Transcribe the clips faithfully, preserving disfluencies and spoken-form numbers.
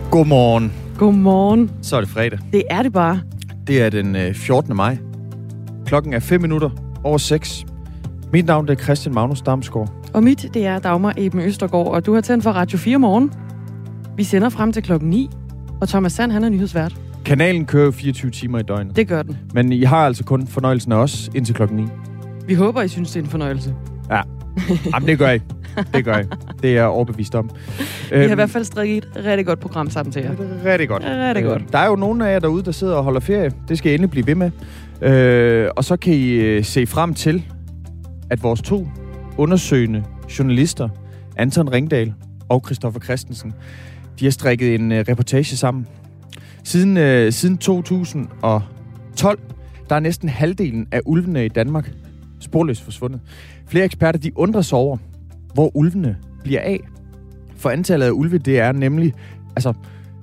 Godmorgen. Godmorgen. Så er det fredag. Det er det bare. Det er den fjortende maj. Klokken er fem minutter over seks. Mit navn er Christian Magnus Damsgaard. Og mit, det er Dagmar Eben Østergaard, og du har tændt for Radio fire morgen. Vi sender frem til klokken ni, og Thomas Sand, han er nyhedsvært. Kanalen kører jo fireogtyve timer i døgnet. Det gør den. Men I har altså kun fornøjelsen af os indtil klokken ni. Vi håber, I synes, det er en fornøjelse. Ja, jamen det gør I. Det gør I. Det er jeg overbevist om. Vi har i hvert fald strikket et rigtig godt program sammen til jer. Rigtig godt. Rigtig godt. Der er jo nogle af jer derude, der sidder og holder ferie. Det skal I endelig blive ved med. Øh, og så kan I se frem til, at vores to undersøgende journalister, Anton Ringdal og Christoffer Christensen, de har strikket en uh, reportage sammen. Siden, uh, siden to tusind og tolv, der er næsten halvdelen af ulvene i Danmark sporløst forsvundet. Flere eksperter, de undrer sig over, hvor ulvene bliver af. For antallet af ulve, det er nemlig, altså,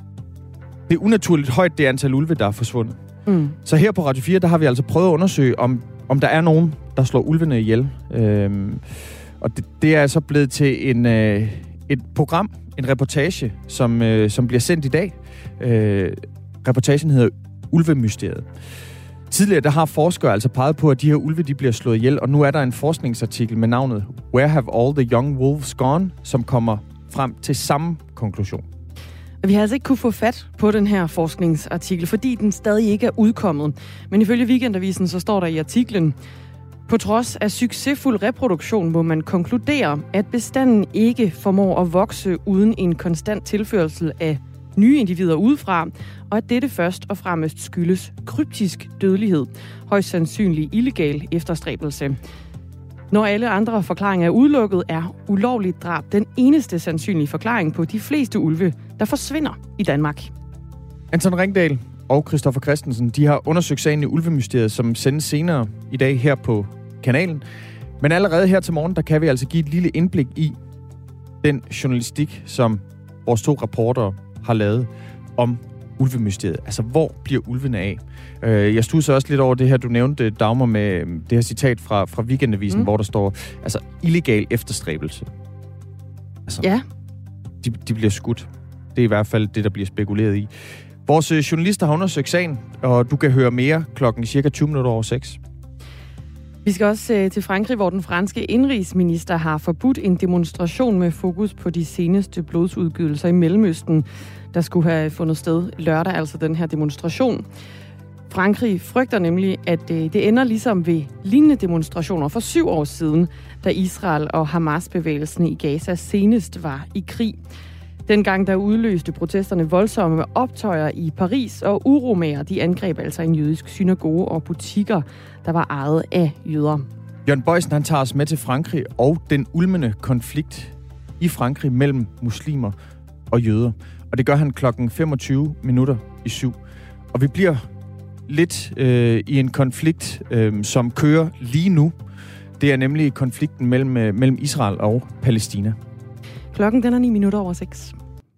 det er unaturligt højt, det antal ulve, der er forsvundet. Mm. Så her på Radio fire, der har vi altså prøvet at undersøge, om, om der er nogen, der slår ulvene ihjel. Øhm, og det, det er altså blevet til en, øh, et program, en reportage, som, øh, som bliver sendt i dag. Øh, reportagen hedder Ulvemysteriet. Tidligere der har forskere altså peget på, at de her ulve de bliver slået ihjel, og nu er der en forskningsartikel med navnet Where Have All the Young Wolves Gone, som kommer frem til samme konklusion. Vi har altså ikke kunne få fat på den her forskningsartikel, fordi den stadig ikke er udkommet. Men ifølge Weekendavisen så står der i artiklen: på trods af succesfuld reproduktion må man konkludere, at bestanden ikke formår at vokse uden en konstant tilførsel af nye individer udefra, og at dette først og fremmest skyldes kryptisk dødelighed, højst sandsynlig illegal efterstræbelse. Når alle andre forklaringer er udelukket, er ulovligt drab den eneste sandsynlige forklaring på de fleste ulve, der forsvinder i Danmark. Anton Ringdal og Christoffer Christensen, de har undersøgt sagen i Ulvemysteriet, som sendes senere i dag her på kanalen. Men allerede her til morgen, der kan vi altså give et lille indblik i den journalistik, som vores to rapportere har lavet om Ulvemysteriet. Altså, hvor bliver ulvene af? Jeg studser også lidt over det her, du nævnte, Dagmar, med det her citat fra, fra Weekendavisen, mm. hvor der står, altså, illegal efterstræbelse. Altså, ja. De, de bliver skudt. Det er i hvert fald det, der bliver spekuleret i. Vores journalister har undersøgt sagen, og du kan høre mere klokken cirka tyve minutter over seks. Vi skal også øh, til Frankrig, hvor den franske indrigsminister har forbudt en demonstration med fokus på de seneste blodsudgydelser i Mellemøsten, der skulle have fundet sted lørdag, altså den her demonstration. Frankrig frygter nemlig, at øh, det ender ligesom ved lignende demonstrationer for syv år siden, da Israel og Hamas-bevægelsen i Gaza senest var i krig. Dengang der udløste protesterne voldsomme optøjer i Paris, og uromager, de angreb altså en jødisk synagoge og butikker, der var ejet af jøder. Jørgen Bøjsen, han tager os med til Frankrig og den ulmende konflikt i Frankrig mellem muslimer og jøder. Og det gør han klokken femogtyve minutter i syv. Og vi bliver lidt øh, i en konflikt, øh, som kører lige nu. Det er nemlig konflikten mellem, øh, mellem Israel og Palæstina. Klokken den er ni minutter over seks.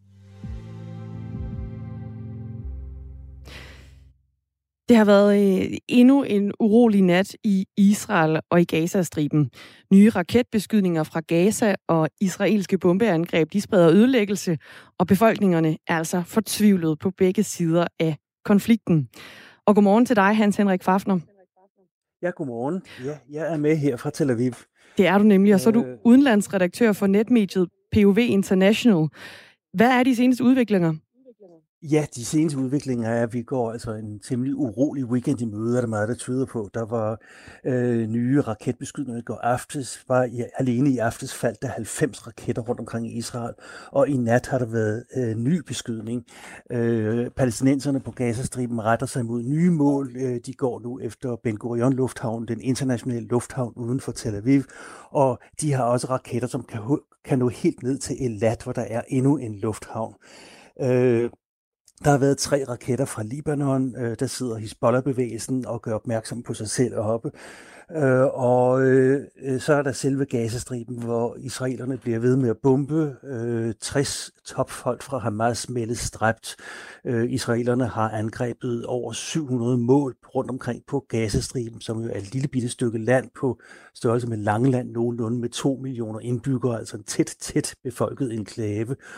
Det har været øh, endnu en urolig nat i Israel og i Gazastriben. Nye raketbeskydninger fra Gaza og israelske bombeangreb, de spreder ødelæggelse, og befolkningerne er altså fortvivlet på begge sider af konflikten. Og godmorgen til dig, Hans Henrik Fafner. Ja, godmorgen. Ja, jeg er med her fra Tel Aviv. Det er du nemlig, og så er du udenlandsredaktør for netmediet P O V International. Hvad er de seneste udviklinger? Ja, de seneste udviklinger er, at vi går altså en temmelig urolig weekend i møde, er der meget, der tyder på. Der var øh, nye raketbeskydninger i går aftes. Var i, alene i aftes faldt der halvfems raketter rundt omkring i Israel, og i nat har der været øh, ny beskydning. Øh, palæstinenserne på Gazastriben retter sig mod nye mål. Øh, de går nu efter Ben Gurion Lufthavn, den internationale lufthavn uden for Tel Aviv, og de har også raketter, som kan, kan nå helt ned til Eilat, hvor der er endnu en lufthavn. Øh, Der har været tre raketter fra Libanon, øh, der sidder Hizbollah-bevægelsen og gør opmærksom på sig selv oppe. Øh, og øh, så er der selve Gazastriben, hvor israelerne bliver ved med at bombe. Øh, tres topfolk fra Hamas meldes dræbt. Øh, israelerne har angrebet over syv hundrede mål rundt omkring på Gazastriben, som jo er et lille bitte stykke land på størrelse med Langeland, nogenlunde med to millioner indbyggere, altså en tæt, tæt befolket enklave.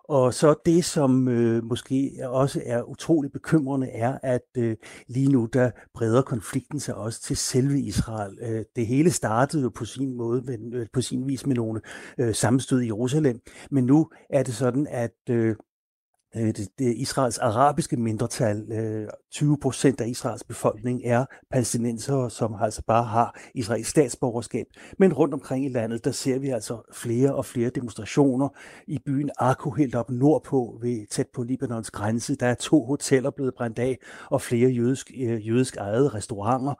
Og så det, som øh, måske også er utroligt bekymrende, er, at øh, lige nu der breder konflikten sig også til selve Israel. Øh, det hele startede jo på sin måde, med, øh, på sin vis med nogle øh, sammenstød i Jerusalem, men nu er det sådan, at øh, Det, det Israels arabiske mindretal, tyve procent af Israels befolkning, er palæstinensere, som altså bare har israelsk statsborgerskab. Men rundt omkring i landet, der ser vi altså flere og flere demonstrationer. I byen Akko, helt op nordpå, ved, tæt på Libanons grænse, der er to hoteller blevet brændt af, og flere jødisk, jødisk ejede restauranter.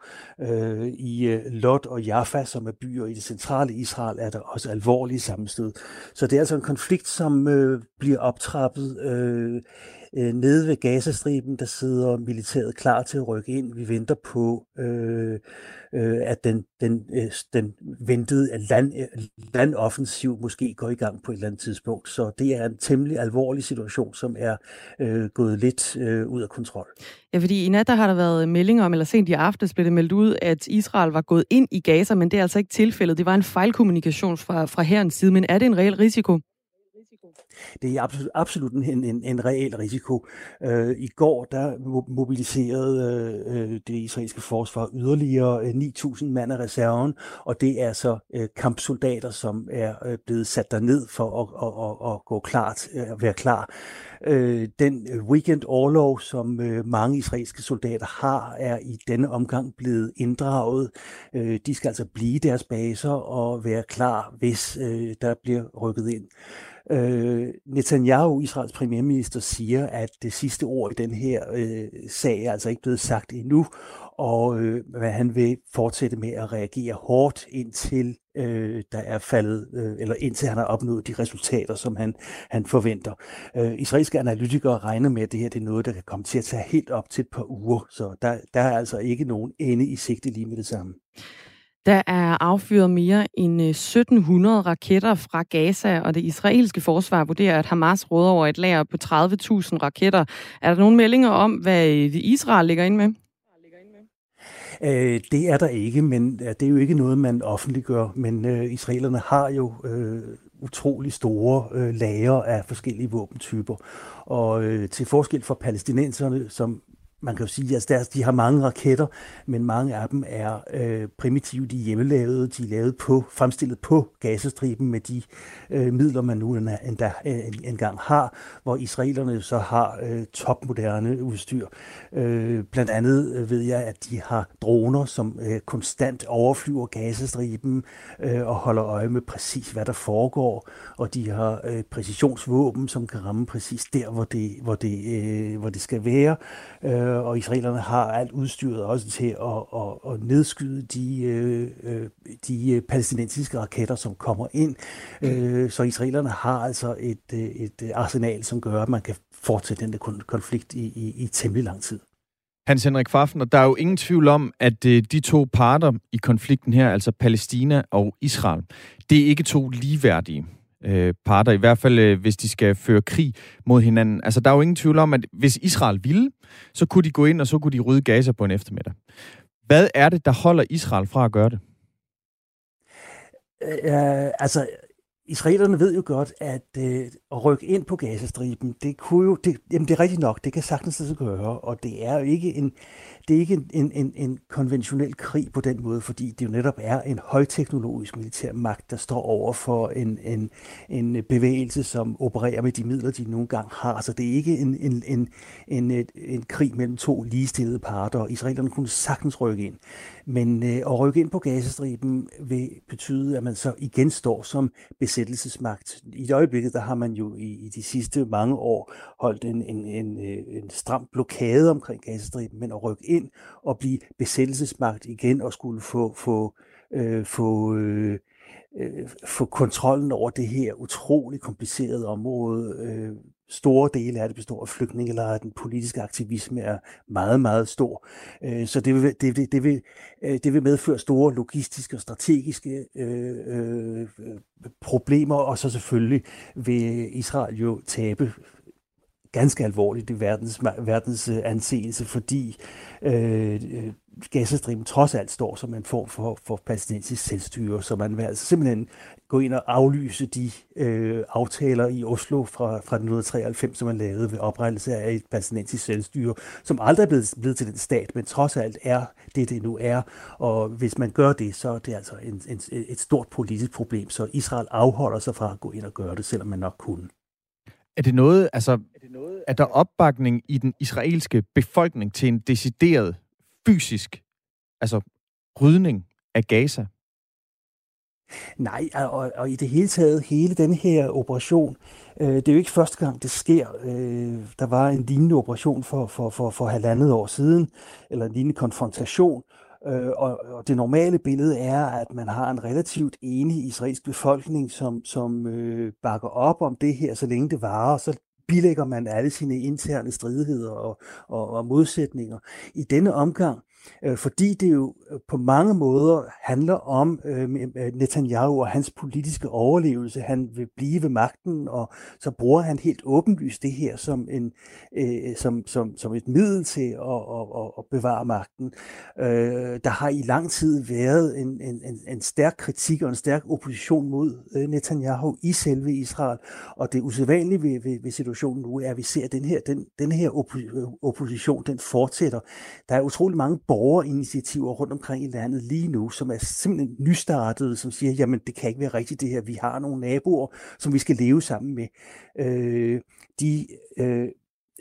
I Lod og Jaffa, som er byer i det centrale Israel, er der også alvorlige sammenstød. Så det er altså en konflikt, som bliver optrappet nede ved Gazastriben, der sidder militæret klar til at rykke ind. Vi venter på, øh, øh, at den, den, øh, den ventede land, landoffensiv måske går i gang på et eller andet tidspunkt. Så det er en temmelig alvorlig situation, som er øh, gået lidt øh, ud af kontrol. Ja, fordi i nat der har der været meldinger om, eller sent i aftes blev det meldt ud, at Israel var gået ind i Gaza, men det er altså ikke tilfældet. Det var en fejlkommunikation fra, fra hærens side, men er det en reel risiko? Det er absolut, absolut en, en, en reel risiko. Øh, I går der mobiliserede øh, det israelske forsvar yderligere øh, ni tusind mand af reserven, og det er så øh, kampsoldater, som er øh, blevet sat derned for at, at, at, at gå klart, at være klar. Øh, den weekend orlov, som øh, mange israelske soldater har, er i denne omgang blevet inddraget. Øh, de skal altså blive deres baser og være klar, hvis øh, der bliver rykket ind. Øh, Netanyahu, Israels premierminister, siger, at det sidste ord i den her øh, sag er altså ikke blevet sagt endnu, og øh, han vil fortsætte med at reagere hårdt indtil øh, der er faldet, øh, eller indtil han har opnået de resultater, som han, han forventer. Øh, israelske analytikere regner med, at det her det er noget, der kan komme til at tage helt op til et par uger, så der, der er altså ikke nogen ende i sigte lige med det samme. Der er affyret mere end sytten hundrede raketter fra Gaza, og det israelske forsvar vurderer, at Hamas råder over et lager på tredive tusind raketter. Er der nogle meldinger om, hvad Israel ligger ind med? Øh, det er der ikke, men det er jo ikke noget, man offentliggør. Men øh, israelerne har jo øh, utrolig store øh, lager af forskellige våbentyper. Og øh, til forskel fra palæstinenserne, som man kan jo sige, at altså, de har mange raketter, men mange af dem er øh, primitive, de er hjemmelavede, de er lavet på, fremstillet på Gazastriben med de øh, midler, man nu endda engang har, hvor israelerne så har øh, topmoderne udstyr. Øh, blandt andet øh, ved jeg, at de har droner, som øh, konstant overflyver Gazastriben øh, og holder øje med præcis, hvad der foregår, og de har øh, præcisionsvåben, som kan ramme præcis der, hvor det, hvor det, øh, hvor det skal være. Øh, og israelerne har alt udstyret også til at, at, at nedskyde de, øh, de palæstinensiske raketter, som kommer ind. Øh, så israelerne har altså et, et arsenal, som gør, at man kan fortsætte den der konflikt i, i, i temmelig lang tid. Hans Henrik Pfaffner, der er jo ingen tvivl om, at de to parter i konflikten her, altså Palæstina og Israel, det er ikke to ligeværdige øh, parter, i hvert fald øh, hvis de skal føre krig mod hinanden. Altså der er jo ingen tvivl om, at hvis Israel ville, så kunne de gå ind, og så kunne de rydde Gaza på en eftermiddag. Hvad er det, der holder Israel fra at gøre det? Øh, altså, israelerne ved jo godt, at øh, at rykke ind på Gazastriben, det kunne jo, det, jamen det er rigtigt nok, det kan sagtens lade sig gøre, og det er jo ikke en, det er ikke en, en, en, en konventionel krig på den måde, fordi det jo netop er en højteknologisk militær magt, der står over for en, en, en bevægelse, som opererer med de midler, de nogle gange har. Så det er ikke en, en, en, en, en, en krig mellem to ligestillede parter. Israelerne kunne sagtens rykke ind. Men øh, at rykke ind på Gazastriben vil betyde, at man så igen står som besættelsesmagt. I det øjeblikket, der har man jo i, i de sidste mange år holdt en, en, en, en stram blokade omkring Gazastriben, men at rykke ind og blive besættelsesmagt igen og skulle få, få, øh, få, øh, få kontrollen over det her utroligt komplicerede område. Øh, Store dele af det består af flygtningelejre. Den politiske aktivisme er meget, meget stor. Så det vil, det, det, det vil, det vil medføre store logistiske og strategiske øh, øh, problemer, og så selvfølgelig vil Israel jo tabe ganske alvorligt i verdens, verdens anseelse, fordi øh, Gazastriben trods alt står som en form for, for palæstinensisk selvstyre, så man vil altså simpelthen gå ind og aflyse de øh, aftaler i Oslo fra, fra nitten treoghalvfems, som man lavede ved oprettelse af et palæstinensisk selvstyre, som aldrig er blevet, blevet til den stat, men trods alt er det, det nu er. Og hvis man gør det, så er det altså en, en, et stort politisk problem, så Israel afholder sig fra at gå ind og gøre det, selvom man nok kunne. Er det noget, altså, er der opbakning i den israelske befolkning til en decideret fysisk, altså rydning af Gaza? Nej, og, og i det hele taget, hele den her operation, øh, det er jo ikke første gang, det sker. Øh, der var en lignende operation for, for, for, for halvandet år siden, eller en lignende konfrontation, øh, og, og det normale billede er, at man har en relativt enig israelsk befolkning, som, som øh, bakker op om det her, så længe det varer, så bilægger man alle sine interne stridigheder og, og, og modsætninger. I denne omgang, øh, fordi det jo på mange måder handler om øh, Netanyahu og hans politiske overlevelse. Han vil blive ved magten, og så bruger han helt åbenlyst det her som, en, øh, som, som, som et middel til at, at, at, at bevare magten. Øh, der har i lang tid været en, en, en stærk kritik og en stærk opposition mod øh, Netanyahu i selve Israel, og det usædvanlige ved, ved, ved situationen nu er, at vi ser, at den her, den, den her oppo- opposition, den fortsætter. Der er utrolig mange borgerinitiativer rundt omkring i landet lige nu, som er simpelthen nystartede, som siger, jamen det kan ikke være rigtigt det her, vi har nogle naboer, som vi skal leve sammen med. Øh, de, øh,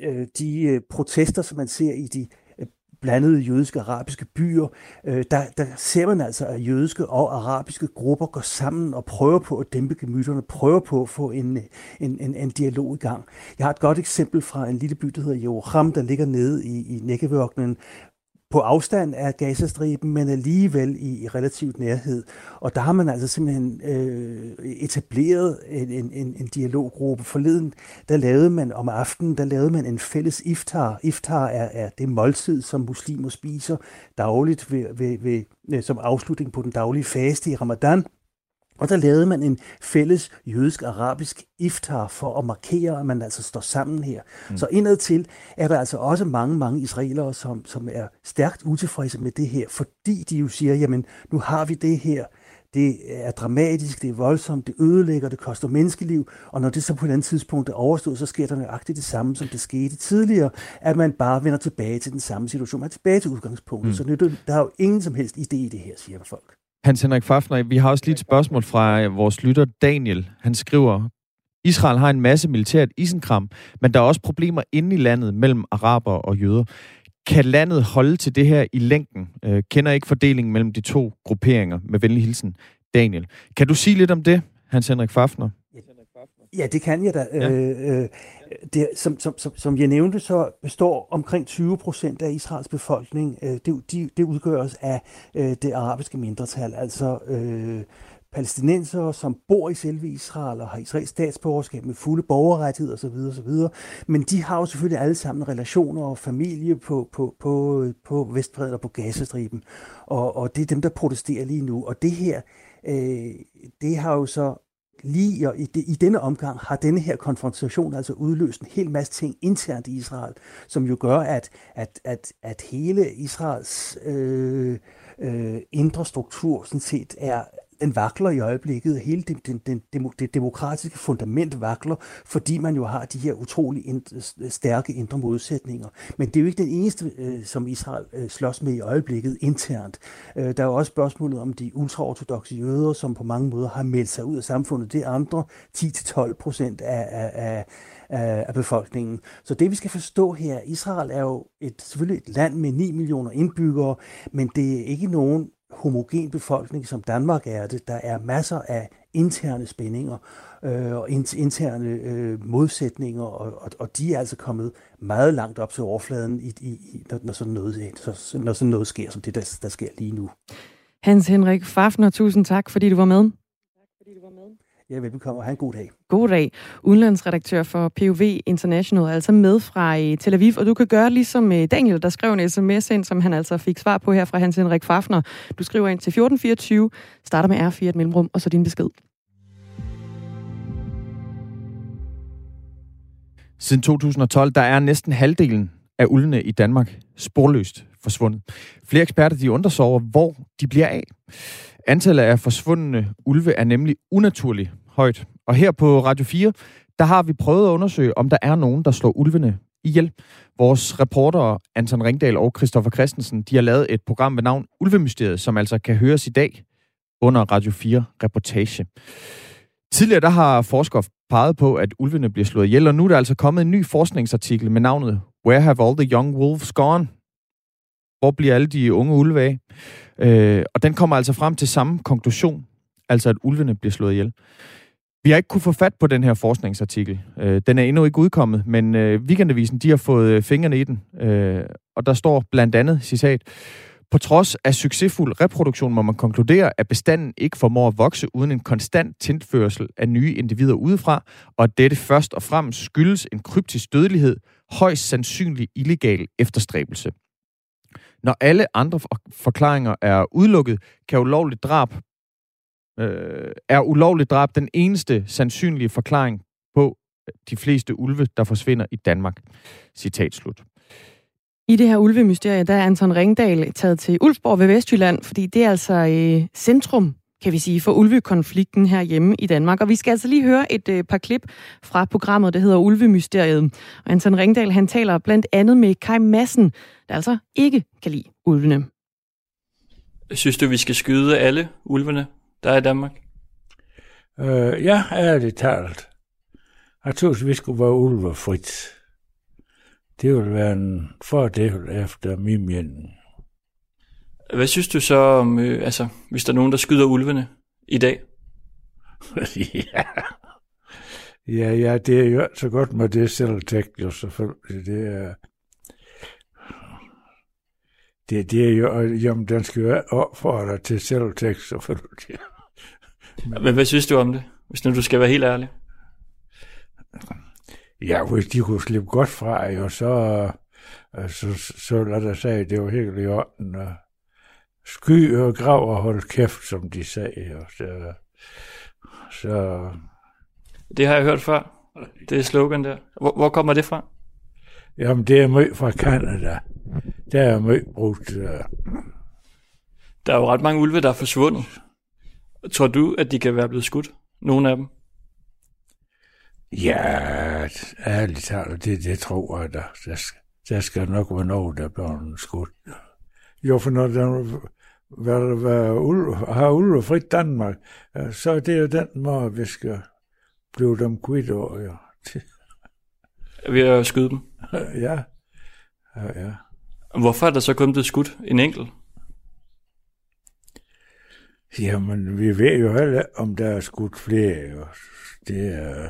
de protester, som man ser i de blandede jødiske og arabiske byer, øh, der, der ser man altså, at jødiske og arabiske grupper går sammen og prøver på at dæmpe gemytterne, prøver på at få en, en, en, en dialog i gang. Jeg har et godt eksempel fra en lille by, der hedder Yerucham, der ligger nede i, i Negev-ørkenen, på afstand af Gazastriben, men alligevel i, i relativt nærhed. Og der har man altså simpelthen øh, etableret en, en, en dialoggruppe. Forleden, der lavede man om aftenen, der lavede man en fælles iftar. Iftar er, er det måltid, som muslimer spiser dagligt ved, ved, ved, som afslutning på den daglige faste i Ramadan. Og der lavede man en fælles jødisk-arabisk iftar for at markere, at man altså står sammen her. Mm. Så indadtil er der altså også mange, mange israelere, som, som er stærkt utilfredse med det her, fordi de jo siger, jamen nu har vi det her, det er dramatisk, det er voldsomt, det ødelægger, det koster menneskeliv, og når det så på et andet tidspunkt er overstået, så sker der nøjagtigt det samme, som det skete tidligere, at man bare vender tilbage til den samme situation, man er tilbage til udgangspunktet. Mm. Så der er jo ingen som helst idé i det her, siger folk. Hans Henrik Fafner, vi har også lige et spørgsmål fra vores lytter Daniel. Han skriver, Israel har en masse militært isenkram, men der er også problemer inde i landet mellem araber og jøder. Kan landet holde til det her i længden? Øh, kender ikke fordelingen mellem de to grupperinger? Med venlig hilsen, Daniel. Kan du sige lidt om det, Hans Henrik Fafner? Ja, det kan jeg da. Ja. Øh, det, som, som, som, som jeg nævnte, så består omkring tyve procent af Israels befolkning, øh, det, de, det udgøres af øh, det arabiske mindretal, altså øh, palæstinensere, som bor i selve Israel og har israelsk statsborgerskab med fulde borgerrettigheder osv. osv. Men de har jo selvfølgelig alle sammen relationer og familie på, på, på, på Vestbredden og på Gazastriben. Og, og det er dem, der protesterer lige nu. Og det her, øh, det har jo så lige i, i denne omgang har denne her konfrontation altså udløst en hel masse ting internt i Israel, som jo gør, at, at, at, at hele Israels øh, øh, indre struktur sådan set er, den vakler i øjeblikket. Hele det, den, den, det demokratiske fundament vakler, fordi man jo har de her utrolig ind, stærke indre modsætninger. Men det er jo ikke den eneste, øh, som Israel øh, slås med i øjeblikket internt. Øh, der er jo også spørgsmålet om de ultraortodoxe jøder, som på mange måder har meldt sig ud af samfundet. Det er andre ti til tolv procent af, af, af, af befolkningen. Så det vi skal forstå her, Israel er jo et, selvfølgelig et land med ni millioner indbyggere, men det er ikke nogen homogen befolkning, som Danmark er det. Der er masser af interne spændinger øh, og interne øh, modsætninger, og, og, og de er altså kommet meget langt op til overfladen, i, i, når, når, sådan noget, så, når sådan noget sker, som det, der, der sker lige nu. Hans Henrik Fafner, tusind tak, fordi du var med. Ja, velbekomme, og have en god dag. God dag. Udenlandsredaktør for P O V International, altså med fra Tel Aviv. Og du kan gøre ligesom Daniel, der skrev en sms ind, som han altså fik svar på her fra Hans Henrik Fafner. Du skriver ind til fjorten fireogtyve, starter med R fire et mellemrum, og så din besked. Siden to tusind og tolv, der er næsten halvdelen af ulvene i Danmark sporløst forsvundet. Flere eksperter de undrer sig over, hvor de bliver af. Antallet af forsvundne ulve er nemlig unaturligt højt. Og her på Radio fire, der har vi prøvet at undersøge, om der er nogen, der slår ulvene ihjel. Vores reportere Anton Ringdal og Christoffer Christensen, de har lavet et program med navn Ulvemysteriet, som altså kan høres i dag under Radio fire reportage. Tidligere der har forskere peget på, at ulvene bliver slået ihjel, og nu er der altså kommet en ny forskningsartikel med navnet Where Have All the Young Wolves Gone? Hvor bliver alle de unge ulve af? Øh, og den kommer altså frem til samme konklusion, altså at ulvene bliver slået ihjel. Vi har ikke kunne få fat på den her forskningsartikel. Øh, den er endnu ikke udkommet, men øh, Weekendavisen de har fået fingrene i den. Øh, og der står blandt andet, citat, på trods af succesfuld reproduktion må man konkludere, at bestanden ikke formår at vokse uden en konstant tilførsel af nye individer udefra, og at dette først og fremmest skyldes en kryptisk dødelighed, højst sandsynlig illegal efterstræbelse. Når alle andre forklaringer er udelukket, kan ulovligt drab øh, er ulovligt drab den eneste sandsynlige forklaring på de fleste ulve, der forsvinder i Danmark. Citat slut. I det her ulvemysterie, der er Anton Ringdal taget til Ulfborg ved Vestjylland, fordi det er altså øh, centrum, kan vi sige, for ulvekonflikten herhjemme i Danmark. Og vi skal altså lige høre et øh, par klip fra programmet, der hedder Ulvemysteriet. Og Anton Ringdal, han taler blandt andet med Kai Madsen, der altså ikke kan lide ulvene. Synes du, vi skal skyde alle ulvene, der er i Danmark? Øh, ja, ærligt talt. Jeg tror, vi skulle være ulvefrit. Det vil være en fordel efter min mening. Hvad synes du så om, øh, altså, hvis der er nogen, der skyder ulvene i dag? ja. ja, ja, det er jo så godt med det selvtægt, jo selvfølgelig. Det er, det, det er jo, jamen, den skal jo opfordre til selvtægt, selvfølgelig. Men, Men hvad synes du om det, hvis nu du skal være helt ærlig? Ja, hvis de kunne slippe godt fra, jo, så, så, så lad os sige, det var helt i orden. Sky og grav og hold kæft, som de sagde. Jo. Så, så... Det har jeg hørt før. Det er slogan der. Hvor, hvor kommer det fra? Jamen, det er meget fra Canada. Der er meget brugt. Uh... Der er jo ret mange ulve, der er forsvundet. Tror du, at de kan være blevet skudt? Nogle af dem? Ja, ærligt talt, det, det tror jeg da. Der skal, der skal nok være noget, der bliver skudt. Jo, for når der vil være ulv, har ulve frit Danmark, så er det jo den måde, vi skal blive dem kvidt over. Ja. Ved at skyde dem? Ja. Ja, ja. Hvorfor er der så kun blevet skudt en enkelt? Jamen, vi ved jo heller, om der er skudt flere. Jo. Det er...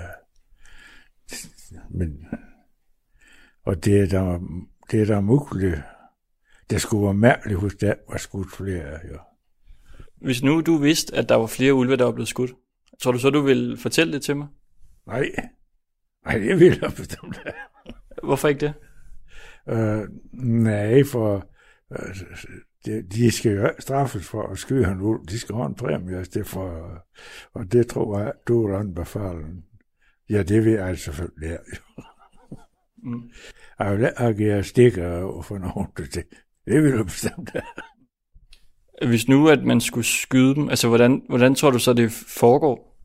Men, og det er der, det er der muligt. Det skulle være mærkeligt, hvis der var skudt flere. Jo. Hvis nu du vidste, at der var flere ulve, der var blevet skudt, tror du så, du ville fortælle det til mig? Nej. Nej, det vil jeg bestemt. Hvorfor ikke det? Uh, nej, for uh, de, de skal jo straffes for at skyde en ulv. De skal have en præmie, det for, og det tror jeg, du er anbefalen. Ja, det vil jeg selvfølgelig have. Mm. Jeg vil ikke agere stikker for nogen til det. Det vil jeg bestemt have. Hvis nu, at man skulle skyde dem, altså hvordan, hvordan tror du så, det foregår?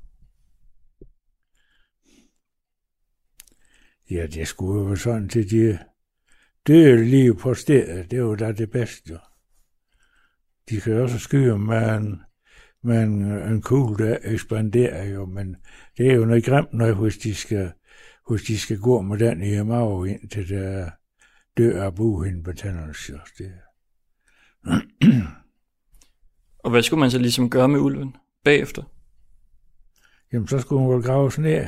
Ja, det skulle jo sådan til de døde lige på stedet. Det er jo da det bedste. De kan også skyde med en, med en, en kugle, der ekspanderer jo, men det er jo noget grimt noget, hvis de skal, hvis de skal gå med den i mave ind til der dør af bughindebetændelse. Det. Og hvad skulle man så ligesom gøre med ulven bagefter? Jamen, så skulle hun vel graves ned.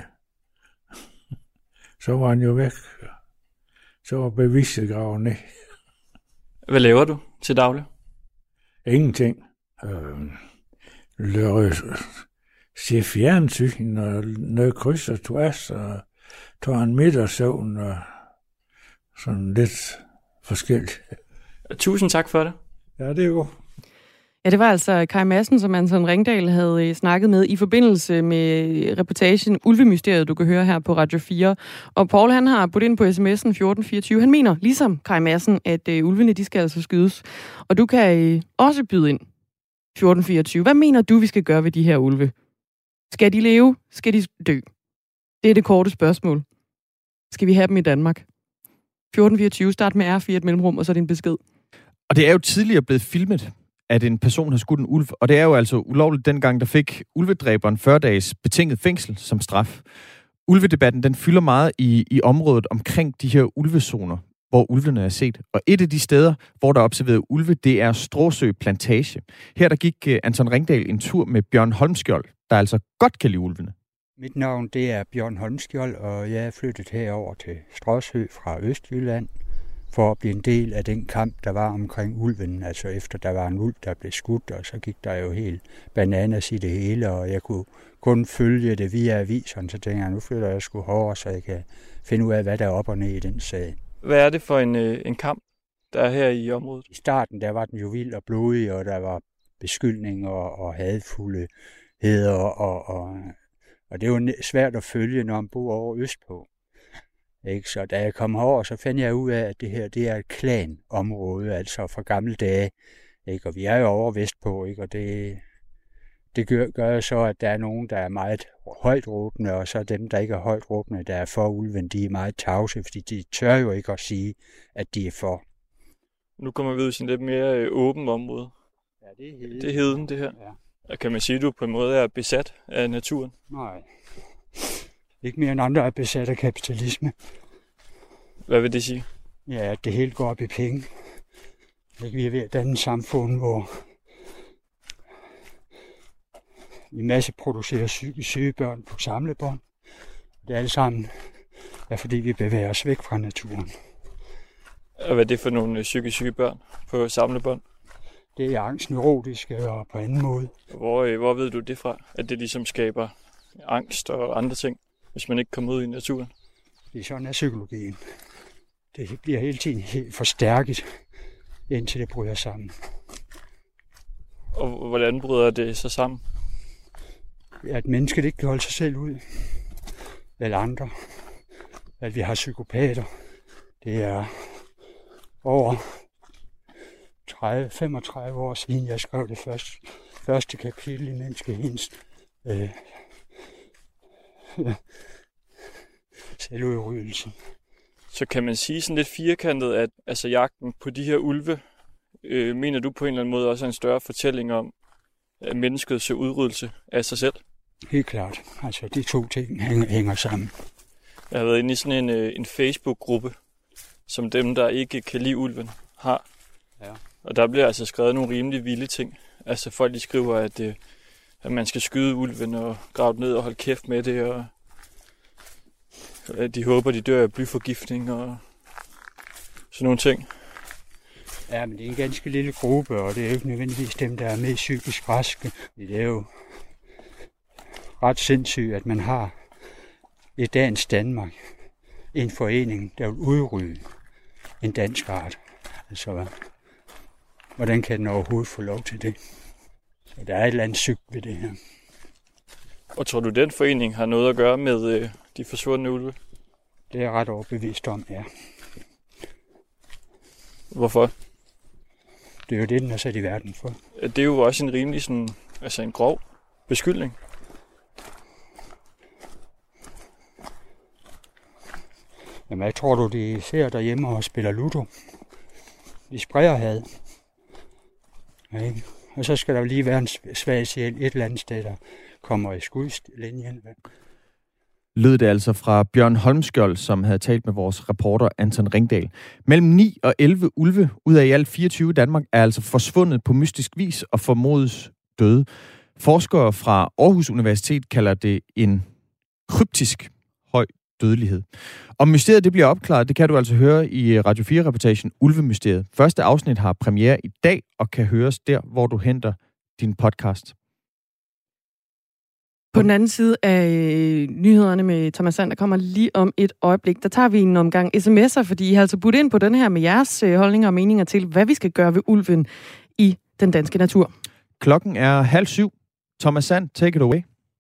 Så var han jo væk. Så var beviset gravet ned. Hvad laver du til daglig? Ingenting. Øh, Lører se fjernsyn og noget kryds og tværs og tager en middagssøvn og sådan lidt forskelligt. Tusind tak for det. Ja, det er jo. Ja, det var altså Kai Madsen, som Anton Ringdal havde snakket med i forbindelse med reportagen Ulvemysteriet, du kan høre her på Radio fire. Og Paul, han har budt ind på sms'en fjorten fireogtyve. Han mener, ligesom Kai Madsen, at uh, ulvene, de skal altså skydes. Og du kan uh, også byde ind fjorten fireogtyve. Hvad mener du, vi skal gøre ved de her ulve? Skal de leve? Skal de dø? Det er det korte spørgsmål. Skal vi have dem i Danmark? fjorten fireogtyve, start med R fire et mellemrum, og så er din besked. Og det er jo tidligere blevet filmet, at en person har skudt en ulv, og det er jo altså ulovligt dengang, der fik ulvedræberen fyrre dages betinget fængsel som straf. Ulvedebatten, den fylder meget i, i området omkring de her ulvezoner, hvor ulvene er set. Og et af de steder, hvor der er observeret ulve, det er Stråsø Plantage. Her der gik uh, Anton Ringdal en tur med Bjørn Holmskjold, der altså godt kan lide ulvene. Mit navn det er Bjørn Holmskjold, og jeg er flyttet herover til Stråsø fra Østjylland for at blive en del af den kamp, der var omkring ulven. Altså efter der var en ulv, der blev skudt, og så gik der jo helt bananas i det hele, og jeg kunne kun følge det via aviserne, så tænkte jeg, nu flytter jeg sgu hårdere, så jeg kan finde ud af, hvad der er op og ned i den sag. Hvad er det for en, en kamp, der er her i området? I starten der var den jo vild og blodig, og der var beskyldninger og hadfulde heder, og, og, og det var svært at følge, når man bor over østpå. Ikke? Så da jeg kom herover, så fandt jeg ud af, at det her det er et klanområde, altså fra gamle dage. Ikke? Og vi er jo over vestpå, ikke? Og det, det gør, gør så, at der er nogen, der er meget højt råbende, og så dem, der ikke er højt råbende, der er for ulven, de er meget tavse, fordi de tør jo ikke at sige, at de er for. Nu kommer vi ud i sådan lidt mere øh, åbent område. Ja, det er heden. Det er heden, det her. Ja. Og kan man sige, at du på en måde er besat af naturen? Nej. Ikke mere end andre er besat af kapitalisme. Hvad vil det sige? Ja, at det hele går op i penge. Vi er ved at danne et samfund, hvor vi masseproducerer psykisk syge børn på samlebånd. Det er alle sammen, er fordi vi bevæger os væk fra naturen. Og hvad er det for nogle psykisk syge børn på samlebånd? Det er angstneurotiske og på anden måde. Hvor, hvor ved du det fra? At det ligesom skaber angst og andre ting, hvis man ikke kommer ud i naturen? Det er sådan er psykologien. Det bliver hele tiden helt forstærket, indtil det bryder sammen. Og hvordan bryder det sig sammen? At mennesket ikke kan holde sig selv ud. Eller andre. At vi har psykopater. Det er over tredive til femogtredive år siden, jeg skrev det første, første kapitel i menneskehedens øh, selvudryddelse. Så kan man sige sådan lidt firkantet, at altså, jagten på de her ulve, øh, mener du på en eller anden måde også er en større fortælling om at menneskets udryddelse af sig selv? Helt klart. Altså, de to ting hænger, hænger sammen. Jeg har været inde i sådan en, en Facebook-gruppe, som dem, der ikke kan lide ulven, har. Ja. Og der bliver altså skrevet nogle rimelig vilde ting. Altså folk de skriver, at, øh, at man skal skyde ulven og grave den ned og holde kæft med det, og at de håber, de dør af blyforgiftning og sådan nogle ting. Ja, men det er en ganske lille gruppe, og det er jo ikke nødvendigvis dem, der er mest psykisk raske. Det er jo ret sindssygt, at man har i dagens Danmark en forening, der vil udrydde en dansk art. Altså, hvordan kan den overhovedet få lov til det? Så der er et eller andet sygt ved det her. Og tror du, den forening har noget at gøre med øh, de forsvundne ulve? Det er jeg ret overbevist om, ja. Hvorfor? Det er jo det, den er sat i verden for. Det er jo også en rimelig sådan, altså en grov beskyldning. Jamen, jeg tror du, de ser derhjemme og spiller ludo. De spreder had. Ja, og så skal der jo lige være en svag sjæl et eller andet sted, der kommer i skudslinjen. Lød det altså fra Bjørn Holmskjold, som havde talt med vores reporter Anton Ringdal. Mellem ni og elleve ulve ud af i alt fireogtyve i Danmark er altså forsvundet på mystisk vis og formodes døde. Forskere fra Aarhus Universitet kalder det en kryptisk høj dødelighed. Om mysteriet det bliver opklaret, det kan du altså høre i Radio fire-reportagen Ulvemysteriet. Første afsnit har premiere i dag og kan høres der, hvor du henter din podcast. På den anden side af øh, nyhederne med Thomas Sand, der kommer lige om et øjeblik. Der tager vi en omgang sms'er, fordi I har altså budt ind på den her med jeres øh, holdninger og meninger til, hvad vi skal gøre ved ulven i den danske natur. Klokken er halv syv. Thomas Sand, take it away.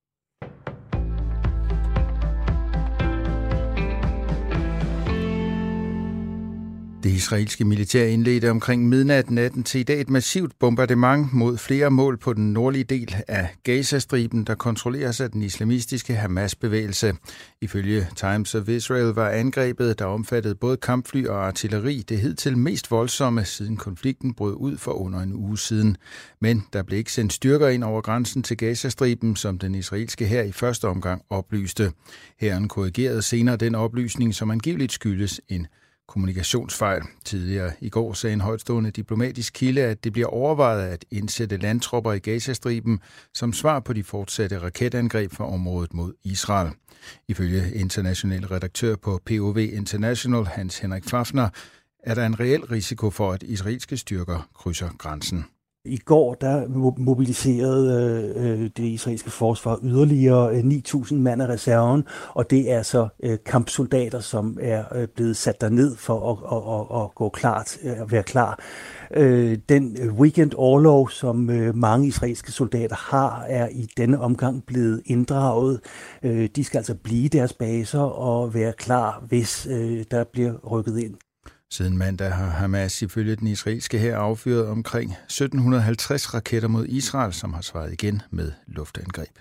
Det israelske militær indledte omkring midnat natten til i dag et massivt bombardement mod flere mål på den nordlige del af Gazastriben, der kontrolleres af den islamistiske Hamas-bevægelse. Ifølge Times of Israel var angrebet, der omfattede både kampfly og artilleri, det hidtil mest voldsomme, siden konflikten brød ud for under en uge siden. Men der blev ikke sendt styrker ind over grænsen til Gazastriben, som den israelske hær i første omgang oplyste. Hæren korrigerede senere den oplysning, som angiveligt skyldes en kommunikationsfejl. Tidligere i går sagde en højtstående diplomatisk kilde, at det bliver overvejet at indsætte landtropper i Gazastriben som svar på de fortsatte raketangreb fra området mod Israel. Ifølge international redaktør på P O V International, Hans Henrik Fafner, er der en reel risiko for, at israelske styrker krydser grænsen. I går der mobiliserede øh, det israelske forsvar yderligere ni tusind mand af reserven, og det er så øh, kampsoldater, som er øh, blevet sat derned for at, at, at, at gå klart, at være klar. Øh, den weekend-orlov, som øh, mange israelske soldater har, er i denne omgang blevet inddraget. Øh, de skal altså blive deres baser og være klar, hvis øh, der bliver rykket ind. Siden mandag har Hamas ifølge den israelske hær affyret omkring sytten halvtreds raketter mod Israel, som har svaret igen med luftangreb.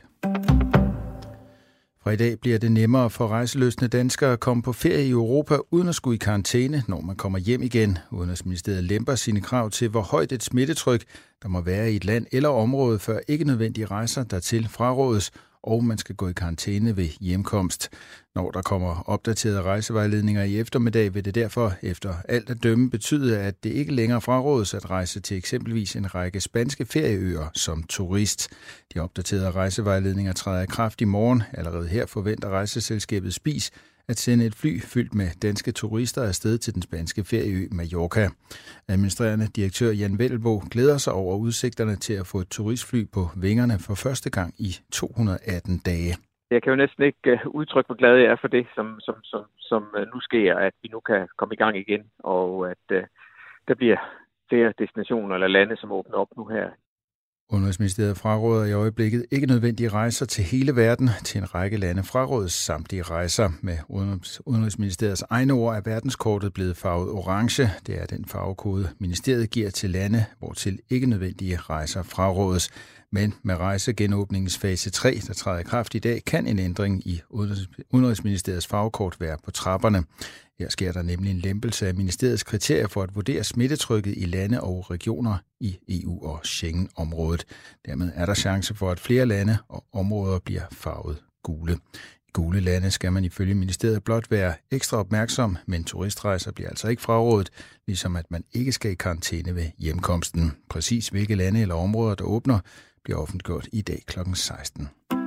Fra i dag bliver det nemmere for rejselystne danskere at komme på ferie i Europa uden at skulle i karantæne, når man kommer hjem igen. Udenrigsministeriet lemper sine krav til, hvor højt et smittetryk der må være i et land eller område, før ikke nødvendige rejser dertil frarådes, og man skal gå i karantæne ved hjemkomst. Når der kommer opdaterede rejsevejledninger i eftermiddag, vil det derfor efter alt at dømme betyde, at det ikke længere frarådes at rejse til eksempelvis en række spanske ferieøer som turist. De opdaterede rejsevejledninger træder i kraft i morgen. Allerede her forventer rejseselskabet Spis at sende et fly fyldt med danske turister afsted til den spanske ferieø Mallorca. Administrerende direktør Jan Velbo glæder sig over udsigterne til at få et turistfly på vingerne for første gang i to hundrede og atten dage. Jeg kan jo næsten ikke udtrykke, hvor glad jeg er for det, som, som, som, som nu sker, at vi nu kan komme i gang igen, og at uh, der bliver flere destinationer eller lande, som åbner op nu her. Udenrigsministeriet fraråder i øjeblikket ikke nødvendige rejser til hele verden. Til en række lande frarådes samtlige rejser. Med Udenrigsministeriets egne ord er verdenskortet blevet farvet orange. Det er den farvekode, ministeriet giver til lande, hvortil ikke nødvendige rejser frarådes. Men med rejsegenåbningens fase tre, der træder i kraft i dag, kan en ændring i Udenrigsministeriets farvekort være på trapperne. Her sker der nemlig en lempelse af ministeriets kriterier for at vurdere smittetrykket i lande og regioner i E U og Schengen-området. Dermed er der chance for, at flere lande og områder bliver farvet gule. I gule lande skal man ifølge ministeriet blot være ekstra opmærksom, men turistrejser bliver altså ikke frarådet, ligesom at man ikke skal i karantæne ved hjemkomsten. Præcis hvilke lande eller områder, der åbner, bliver offentliggjort i dag klokken seksten.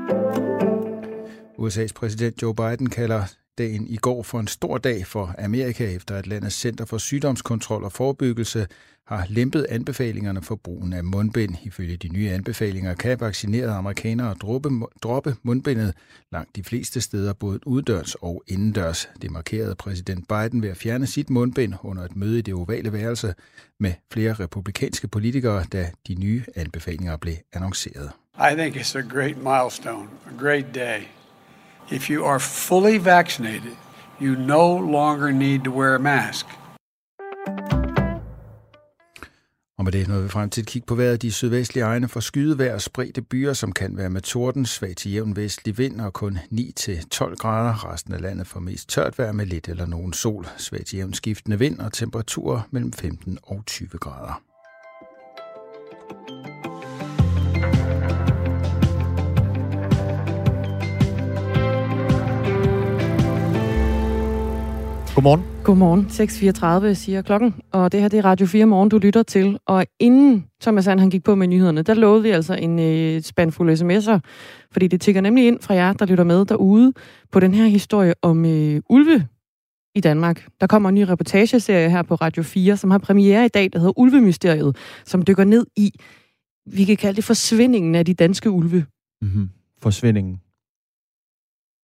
U S A's præsident Joe Biden kalder dagen i går for en stor dag for Amerika, efter at landets Center for Sygdomskontrol og Forebyggelse har lempet anbefalingerne for brugen af mundbind. Ifølge de nye anbefalinger kan vaccinerede amerikanere droppe, droppe mundbindet langt de fleste steder, både uddørs og indendørs. Det markerede præsident Biden ved at fjerne sit mundbind under et møde i det ovale værelse med flere republikanske politikere, da de nye anbefalinger blev annonceret. I think it's a great milestone, a great day. If you are fully vaccinated, you no longer need to wear a mask. Og med det nåede vi frem til et kig på vejret. De sydvestlige egne får skydevejr og spredte byer, som kan være med torden, svag til jævn vestlig vind og kun ni til tolv grader. Resten af landet får mest tørt vejr med lidt eller nogen sol. Svag til jævn skiftende vind og temperaturer mellem femten og tyve grader. Godmorgen. Godmorgen. seks fireogtredive siger klokken, og det her det er Radio fire Morgen, du lytter til. Og inden Thomas Sand, han gik på med nyhederne, der lovede vi altså en øh, spandfuld sms'er, fordi det tikker nemlig ind fra jer, der lytter med derude på den her historie om øh, ulve i Danmark. Der kommer en ny reportageserie her på Radio fire, som har premiere i dag, der hedder Ulvemysteriet, som dykker ned i, vi kan kalde det forsvindingen af de danske ulve. Mm-hmm. Forsvindingen.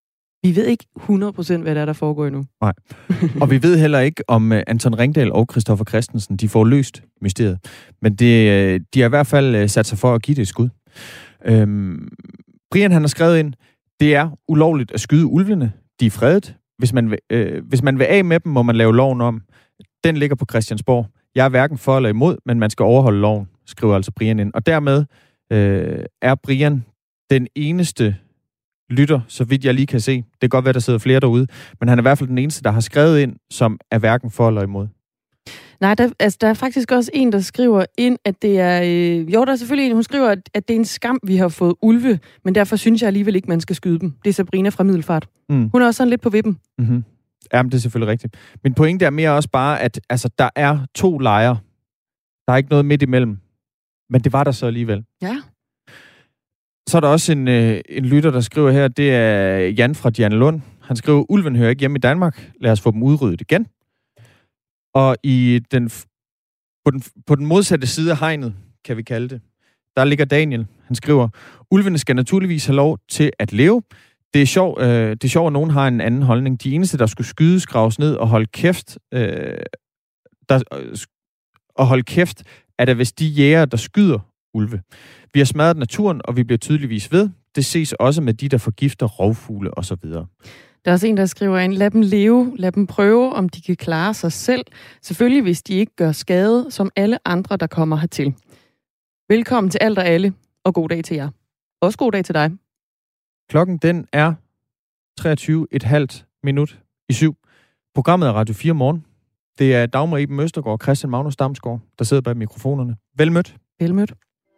Vi ved ikke hundrede procent, hvad der er, der foregår endnu. Nej. Og vi ved heller ikke, om Anton Ringdal og Christoffer Christensen, de får løst mysteriet. Men det, de har i hvert fald sat sig for at give det et skud. Øhm, Brian, han har skrevet ind, det er ulovligt at skyde ulvene. De er fredet. Hvis man, vil, øh, hvis man vil af med dem, må man lave loven om. Den ligger på Christiansborg. Jeg er hverken for eller imod, men man skal overholde loven, skriver altså Brian ind. Og dermed øh, er Brian den eneste lytter, så vidt jeg lige kan se. Det kan godt være, der sidder flere derude, men han er i hvert fald den eneste, der har skrevet ind, som er hverken for eller imod. Nej, der, altså, der er faktisk også en, der skriver ind, at det er... Øh, jo, der er selvfølgelig en, hun skriver, at, at det er en skam, vi har fået ulve, men derfor synes jeg alligevel ikke, man skal skyde dem. Det er Sabrina fra Middelfart. Mm. Hun er også sådan lidt på vippen. Mm-hmm. Jamen, det er selvfølgelig rigtigt. Min pointe er mere også bare, at altså, der er to lejre. Der er ikke noget midt imellem. Men det var der så alligevel. Ja. Så er der også en, øh, en lytter, der skriver her, det er Jan fra Dianelund. Han skriver, ulven hører ikke hjemme i Danmark. Lad os få dem udryddet igen. Og i den, på, den, på den modsatte side af hegnet, kan vi kalde det, der ligger Daniel. Han skriver, ulvene skal naturligvis have lov til at leve. Det er sjovt, øh, det er sjovt, at nogen har en anden holdning. De eneste, der skulle skydes, graves ned og holde kæft, øh, der, øh, og holde kæft, er der hvis de jæger, der skyder ulve. Vi har smadret naturen, og vi bliver tydeligvis ved. Det ses også med de, der forgifter rovfugle osv. Der er også en, der skriver ind, lad dem leve, lad dem prøve, om de kan klare sig selv. Selvfølgelig, hvis de ikke gør skade, som alle andre, der kommer hertil. Velkommen til alt og alle, og god dag til jer. Også god dag til dig. Klokken den er treogtyve komma fem minut i syv. Programmet er Radio fire Morgen. Det er Dagmar Iben Østergaard og Christian Magnus Damsgaard, der sidder bag mikrofonerne. Velmødt. Velmødt.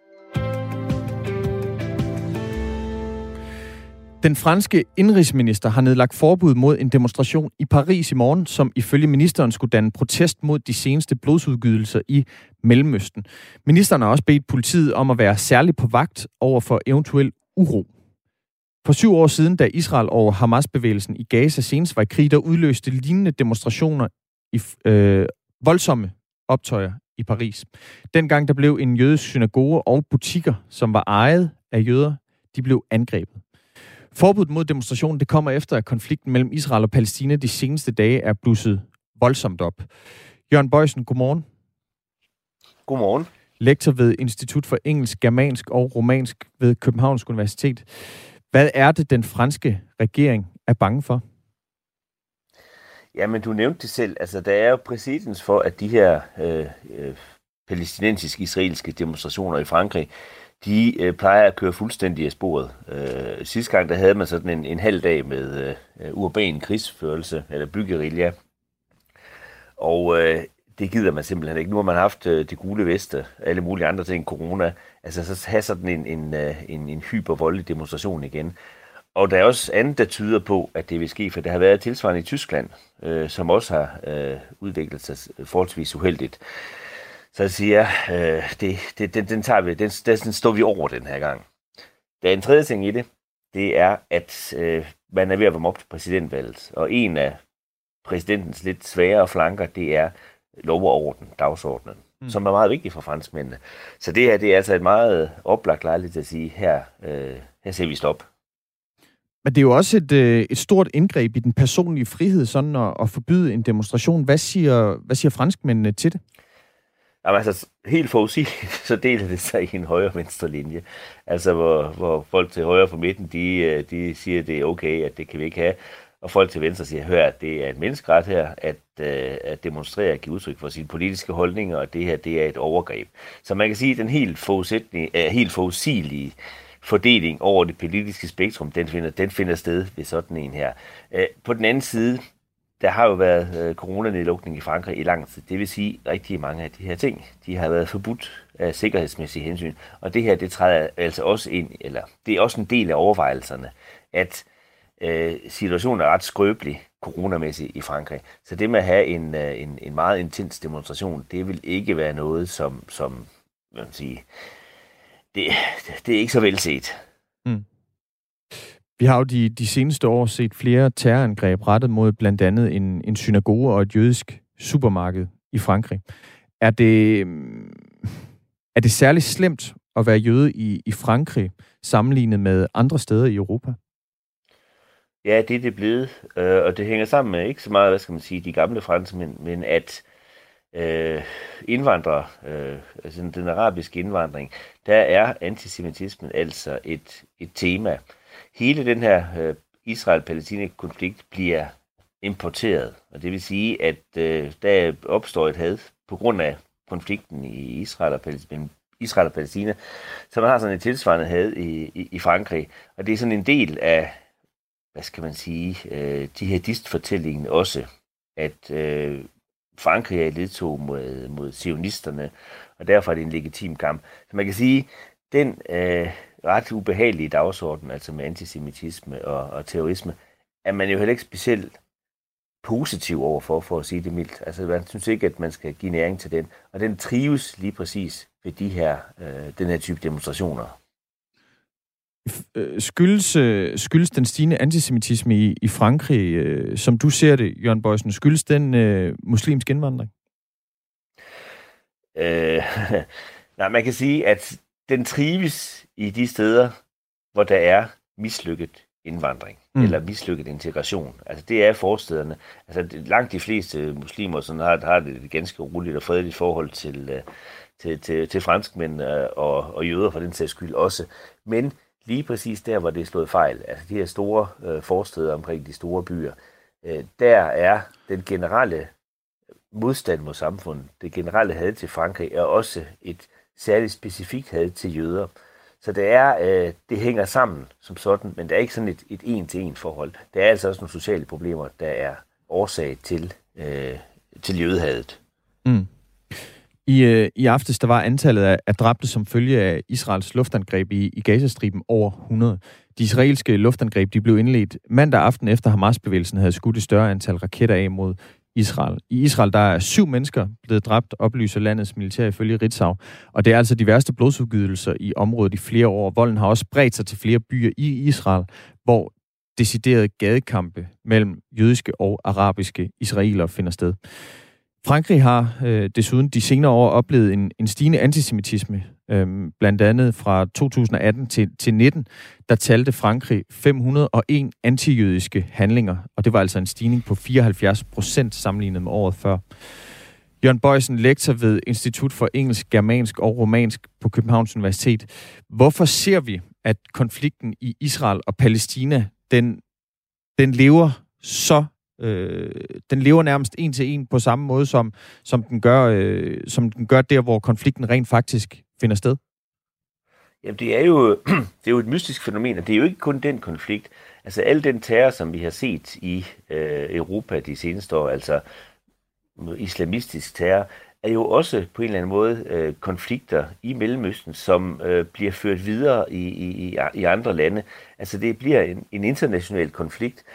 Den franske indrigsminister har nedlagt forbud mod en demonstration i Paris i morgen, som ifølge ministeren skulle danne protest mod de seneste blodsudgydelser i Mellemøsten. Ministeren har også bedt politiet om at være særligt på vagt over for eventuel uro. For syv år siden, da Israel og Hamas-bevægelsen i Gaza senest var i krig, der udløste lignende demonstrationer i øh, voldsomme optøjer i Paris. Dengang der blev en jødisk synagoge og butikker, som var ejet af jøder, de blev angrebet. Forbuddet mod demonstrationen, det kommer efter, at konflikten mellem Israel og Palæstina de seneste dage er blusset voldsomt op. Jørgen Bøjsen, godmorgen. Godmorgen. Lektor ved Institut for Engelsk, Germansk og Romansk ved Københavns Universitet. Hvad er det, den franske regering er bange for? Jamen, du nævnte det selv. Altså, der er jo præcedens for, at de her øh, øh, palæstinensisk-israelske demonstrationer i Frankrig, de øh, plejer at køre fuldstændig af sporet. Øh, sidste gang, der havde man sådan en, en halv dag med øh, urban krigsførelse, eller byggerilja. Og øh, det gider man simpelthen ikke. Nu har man haft øh, det gule veste, alle mulige andre ting, corona. Altså, så have sådan en, en, en, en hypervoldelig demonstration igen. Og der er også andet, der tyder på, at det vil ske, for der har været tilsvarende i Tyskland, øh, som også har øh, udviklet sig forholdsvis uheldigt. Så jeg siger, øh, det, det, den, den, tager vi, den, den står vi over den her gang. Der er en tredje ting i det, det er, at øh, man er ved at være op til præsidentvalget. Og en af præsidentens lidt sværere flanker, det er lov og orden, dagsordenen, mm. som er meget vigtig for franskmændene. Så det her, det er altså et meget oplagt lejligt at sige, her, øh, her ser vi stop. Men det er jo også et, øh, et stort indgreb i den personlige frihed, sådan at, at forbyde en demonstration. Hvad siger, hvad siger franskmændene til det? Jamen altså, helt forudsigeligt, så deler det sig i en højre-venstre linje. Altså, hvor, hvor folk til højre for midten, de, de siger, at det er okay, at det kan vi ikke have. Og folk til venstre siger, hør, at det er et menneskeret her, at, at demonstrere og give udtryk for sine politiske holdninger, og det her, det er et overgreb. Så man kan sige, at den helt, helt forudsigelige fordeling over det politiske spektrum, den finder, den finder sted ved sådan en her. På den anden side, der har jo været coronanedlukning i Frankrig i lang tid. Det vil sige, at rigtig mange af de her ting, de har været forbudt af sikkerhedsmæssige hensyn. Og det her, det træder altså også ind, eller det er også en del af overvejelserne, at øh, situationen er ret skrøbelig coronamæssigt i Frankrig. Så det med at have en, en, en meget intens demonstration, det vil ikke være noget, som, som hvad man sige, det, det er ikke så velset. Mm. Vi har jo de, de seneste år set flere terrorangreb rettet mod blandt andet en, en synagoge og et jødisk supermarked i Frankrig. Er det, er det særligt slemt at være jøde i, i Frankrig sammenlignet med andre steder i Europa? Ja, det er det blevet, øh, og det hænger sammen med ikke så meget, hvad skal man sige, de gamle franskmænd, men at øh, indvandrere, øh, altså den arabiske indvandring, der er antisemitismen altså et, et tema. Hele den her øh, Israel-Palæstina-konflikt bliver importeret, og det vil sige, at øh, der opstår et had på grund af konflikten i Israel og Palæstina, Israel og Palæstina, så man har sådan et tilsvarende had i, i, i Frankrig, og det er sådan en del af, hvad skal man sige, øh, jihadistfortællingen også, at øh, Frankrig er i ledtog mod, mod sionisterne, og derfor er det en legitim kamp. Så man kan sige, den øh, ret ubehagelige dagsorden, altså med antisemitisme og, og terrorisme, er man jo heller ikke specielt positiv overfor, for at sige det mildt. Altså man synes ikke, at man skal give næring til den, og den trives lige præcis ved de her, øh, den her type demonstrationer. Skyldes, skyldes den stigende antisemitisme i, i Frankrig, øh, som du ser det, Jørgen Boysen, skyldes den øh, muslimsk indvandring? Øh, nej, man kan sige, at den trives i de steder, hvor der er mislykket indvandring, mm. eller mislykket integration. Altså det er forstederne. Altså langt de fleste muslimer sådan har, har det et ganske roligt og fredeligt forhold til, til, til, til franskmænd og, og jøder for den sags skyld også. Men lige præcis der, hvor det er slået fejl, altså de her store øh, forsteder omkring de store byer, øh, der er den generelle modstand mod samfundet, det generelle had til Frankrig, er også et særligt specifikt had til jøder. Så det er, øh, det hænger sammen som sådan, men det er ikke sådan et, et en-til-en forhold. Der er altså også nogle sociale problemer, der er årsag til, øh, til jødehadet. Mm. I, øh, I aftes, der var antallet af, af dræbte som følge af Israels luftangreb i, i Gazastriben over hundrede. De israelske luftangreb, de blev indledt mandag aften efter Hamas-bevægelsen havde skudt et større antal raketter af mod Israel. I Israel, der er syv mennesker blevet dræbt, oplyser landets militær ifølge Ritzau. Og det er altså de værste blodsudgydelser i området i flere år. Volden har også bredt sig til flere byer i Israel, hvor deciderede gadekampe mellem jødiske og arabiske israelere finder sted. Frankrig har øh, desuden de senere år oplevet en, en stigende antisemitisme. Øhm, blandt andet fra to tusind og atten til, til nitten, der talte Frankrig fem hundrede og en antijødiske handlinger, og det var altså en stigning på fireoghalvfjerds procent sammenlignet med året før. Jørgen Boysen, lektor ved Institut for Engelsk, Germansk og Romansk på Københavns Universitet. Hvorfor ser vi, at konflikten i Israel og Palæstina, den, den lever så Øh, den lever nærmest en til en på samme måde, som, som, den gør, øh, som den gør der, hvor konflikten rent faktisk finder sted? Jamen, det er jo, det er jo et mystisk fænomen, og det er jo ikke kun den konflikt. Altså, al den terror, som vi har set i øh, Europa de seneste år, altså islamistisk terror, er jo også på en eller anden måde øh, konflikter i Mellemøsten, som øh, bliver ført videre i, i, i andre lande. Altså, det bliver en, en international konflikt.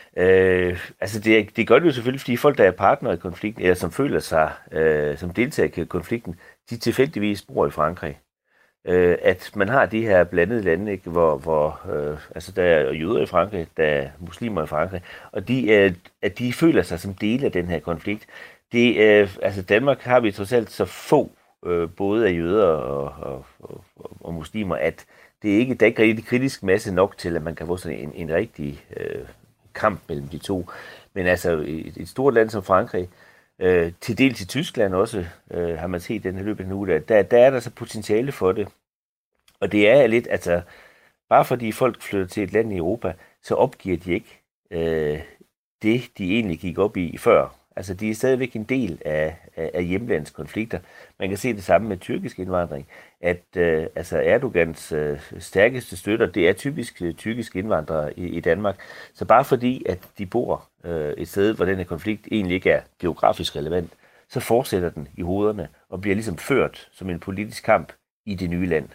Øh, altså det, det gør det jo selvfølgelig, fordi folk, der er partnere i konflikten, eller som føler sig øh, som deltager i konflikten, de tilfældigvis bor i Frankrig. Øh, at man har de her blandede lande, ikke, hvor, hvor øh, altså der er jøder i Frankrig, der er muslimer i Frankrig, og de, øh, at de føler sig som dele af den her konflikt. Det, øh, altså Danmark har vi trods alt så få, øh, både af jøder og, og, og, og, og muslimer, at det er ikke, der er ikke rigtig kritisk masse nok til, at man kan få sådan en, en rigtig øh, kamp mellem de to. Men altså et, et stort land som Frankrig, øh, til dels i Tyskland også, øh, har man set den her løbet nu, der, der, der er der så potentiale for det. Og det er lidt, altså, bare fordi folk flytter til et land i Europa, så opgiver de ikke øh, det, de egentlig gik op i før. Altså, de er stadigvæk en del af, af, af hjemlandets konflikter. Man kan se det samme med tyrkisk indvandring, at øh, altså Erdogans øh, stærkeste støtter, det er typisk øh, tyrkiske indvandrere i, i Danmark. Så bare fordi, at de bor øh, et sted, hvor denne konflikt egentlig ikke er geografisk relevant, så fortsætter den i hovederne og bliver ligesom ført som en politisk kamp i det nye land.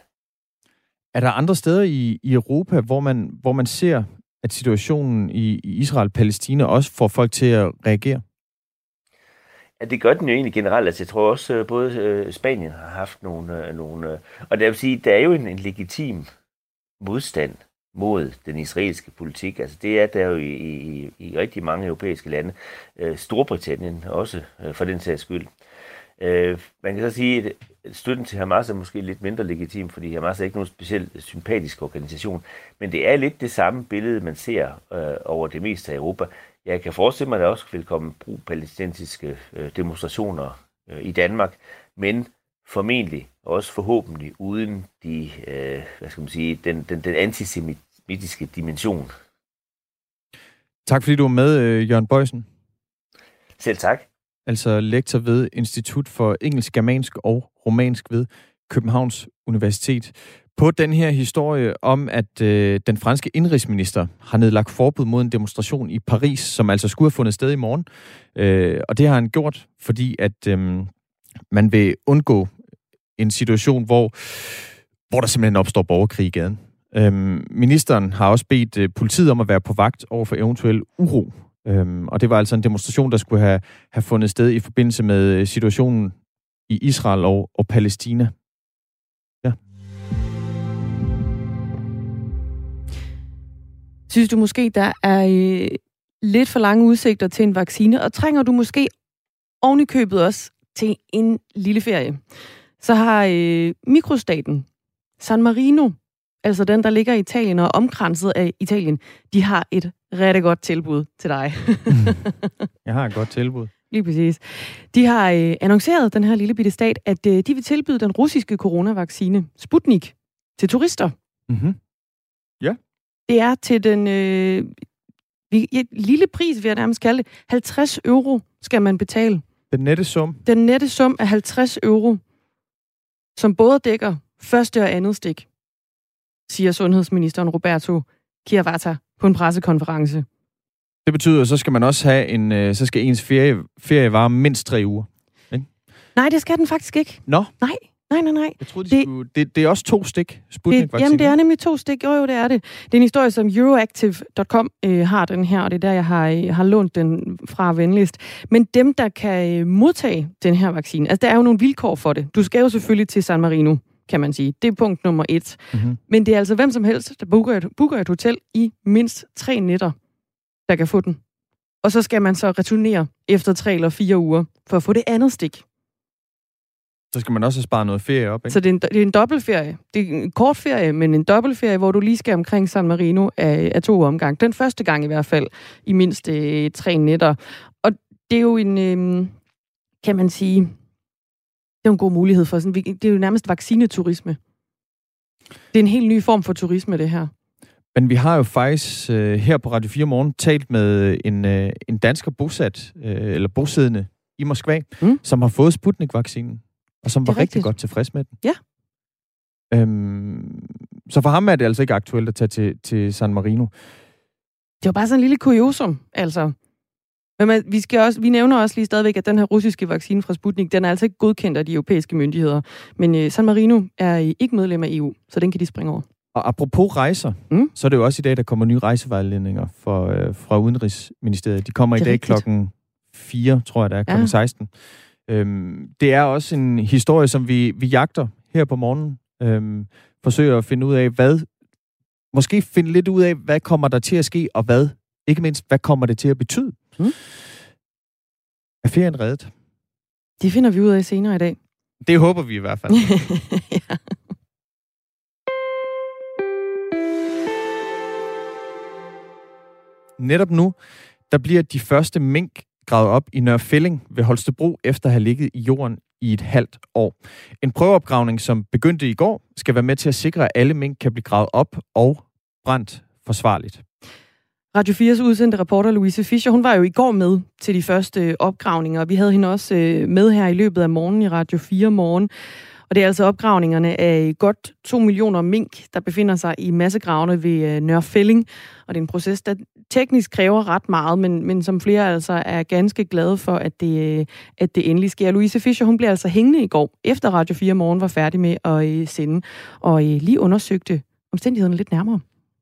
Er der andre steder i, i Europa, hvor man, hvor man ser, at situationen i, i Israel-Palæstina også får folk til at reagere? Ja, det gør den jo egentlig generelt. Altså, jeg tror også, at både Spanien har haft nogle... nogle og det vil sige, der er jo en, en legitim modstand mod den israelske politik. Altså, det er der jo i, i, i rigtig mange europæiske lande. Storbritannien også, for den sags skyld. Øh, man kan så sige, at støtten til Hamas er måske lidt mindre legitim, fordi Hamas er ikke nogen specielt sympatisk organisation. Men det er lidt det samme billede, man ser øh, over det meste af Europa. Jeg kan forestille mig, at der også vil komme pro-palæstinensiske øh, demonstrationer øh, i Danmark, men formentlig, også forhåbentlig, uden de, øh, hvad skal man sige, den, den, den antisemitiske dimension. Tak fordi du var med, øh, Jørgen Bøjsen. Selv tak. Altså lektor ved Institut for Engelsk, Germansk og Romansk ved Københavns Universitet. På den her historie om, at øh, den franske indrigsminister har nedlagt forbud mod en demonstration i Paris, som altså skulle have fundet sted i morgen. Øh, og det har han gjort, fordi at øh, man vil undgå en situation, hvor, hvor der simpelthen opstår borgerkrig i gaden. Øh, ministeren har også bedt øh, politiet om at være på vagt over for eventuel uro. Øhm, og det var altså en demonstration, der skulle have, have fundet sted i forbindelse med situationen i Israel og, og Palæstina. Ja. Synes du måske, der er øh, lidt for lange udsigter til en vaccine, og trænger du måske oven i købet også til en lille ferie? Så har øh, mikrostaten San Marino, altså den, der ligger i Italien og omkranset af Italien, de har et rigtig godt tilbud til dig. Jeg har et godt tilbud. Lige præcis. De har øh, annonceret, den her lille bitte stat, at øh, de vil tilbyde den russiske coronavaccine Sputnik til turister. Mm-hmm. Ja. Det er til den øh, vi, lille pris, vil jeg nærmest kalde det. halvtreds euro skal man betale. Den nette sum? Den nette sum er halvtreds euro, som både dækker første og andet stik, siger sundhedsministeren Roberto Chiavata på en pressekonference. Det betyder, så skal man også have en, så skal ens ferie, ferie vare mindst tre uger. Ikke? Nej, det skal den faktisk ikke. Nå? Nej, nej, nej, nej. Jeg troede, de det, skulle, det, det er også to stik, Sputnik-vaccine. Jamen, det er nemlig to stik. Jo, jo, det er det. Det er en historie, som Euroactive punktum com øh, har den her, og det er der, jeg har, øh, har lånt den fra venligst. Men dem, der kan øh, modtage den her vaccine, altså der er jo nogle vilkår for det. Du skal jo selvfølgelig til San Marino, kan man sige. Det er punkt nummer et. Mm-hmm. Men det er altså hvem som helst, der booker et, booker et hotel i mindst tre nætter, der kan få den. Og så skal man så returnere efter tre eller fire uger, for at få det andet stik. Så skal man også spare noget ferie op, ikke? Så det er en, det er en dobbeltferie. Det er en kort ferie, men en dobbeltferie, hvor du lige skal omkring San Marino af, af to omgang. Den første gang i hvert fald, i mindst øh, tre nætter. Og det er jo en, øh, kan man sige, det er en god mulighed for sådan, det er jo nærmest vaccineturisme. Det er en helt ny form for turisme, det her. Men vi har jo faktisk øh, her på Radio fire Morgen talt med en, øh, en dansker bosat, øh, eller bosiddende i Moskva, mm. som har fået Sputnik-vaccinen, og som var rigtig rigtigt. godt tilfreds med den. Ja. Øhm, så for ham er det altså ikke aktuelt at tage til, til San Marino. Det var bare sådan en lille kuriosum, altså. Men vi, skal også, vi nævner også lige stadigvæk, at den her russiske vaccine fra Sputnik, den er altså ikke godkendt af de europæiske myndigheder. Men øh, San Marino er ikke medlem af E U, så den kan de springe over. Og apropos rejser, mm. så er det jo også i dag, der kommer nye rejsevejledninger for, øh, fra Udenrigsministeriet. De kommer i dag rigtigt. klokken fire, tror jeg, det er, klokken ja. seksten. Øhm, det er også en historie, som vi, vi jagter her på morgenen. Øhm, forsøger at finde ud af, hvad... Måske finde lidt ud af, hvad kommer der til at ske, og hvad, ikke mindst, hvad kommer det til at betyde? Mm. Er ferien reddet? Det finder vi ud af senere i dag. Det håber vi i hvert fald. Ja. Netop nu, der bliver de første mink gravet op i Nørre Fælling ved Holstebro, efter at have ligget i jorden i et halvt år. En prøveopgravning, som begyndte i går, skal være med til at sikre, at alle mink kan blive gravet op og brændt forsvarligt. Radio fires udsendte reporter Louise Fischer, hun var jo i går med til de første opgravninger, og vi havde hende også med her i løbet af morgenen i Radio fire Morgen. Og det er altså opgravningerne af godt to millioner mink, der befinder sig i massegravene ved Nørre Fælling. Og det er en proces, der teknisk kræver ret meget, men, men som flere altså er ganske glade for, at det, at det endelig sker. Louise Fischer, hun blev altså hængende i går, efter Radio fire Morgen var færdig med at sende, og lige undersøgte omstændighederne lidt nærmere.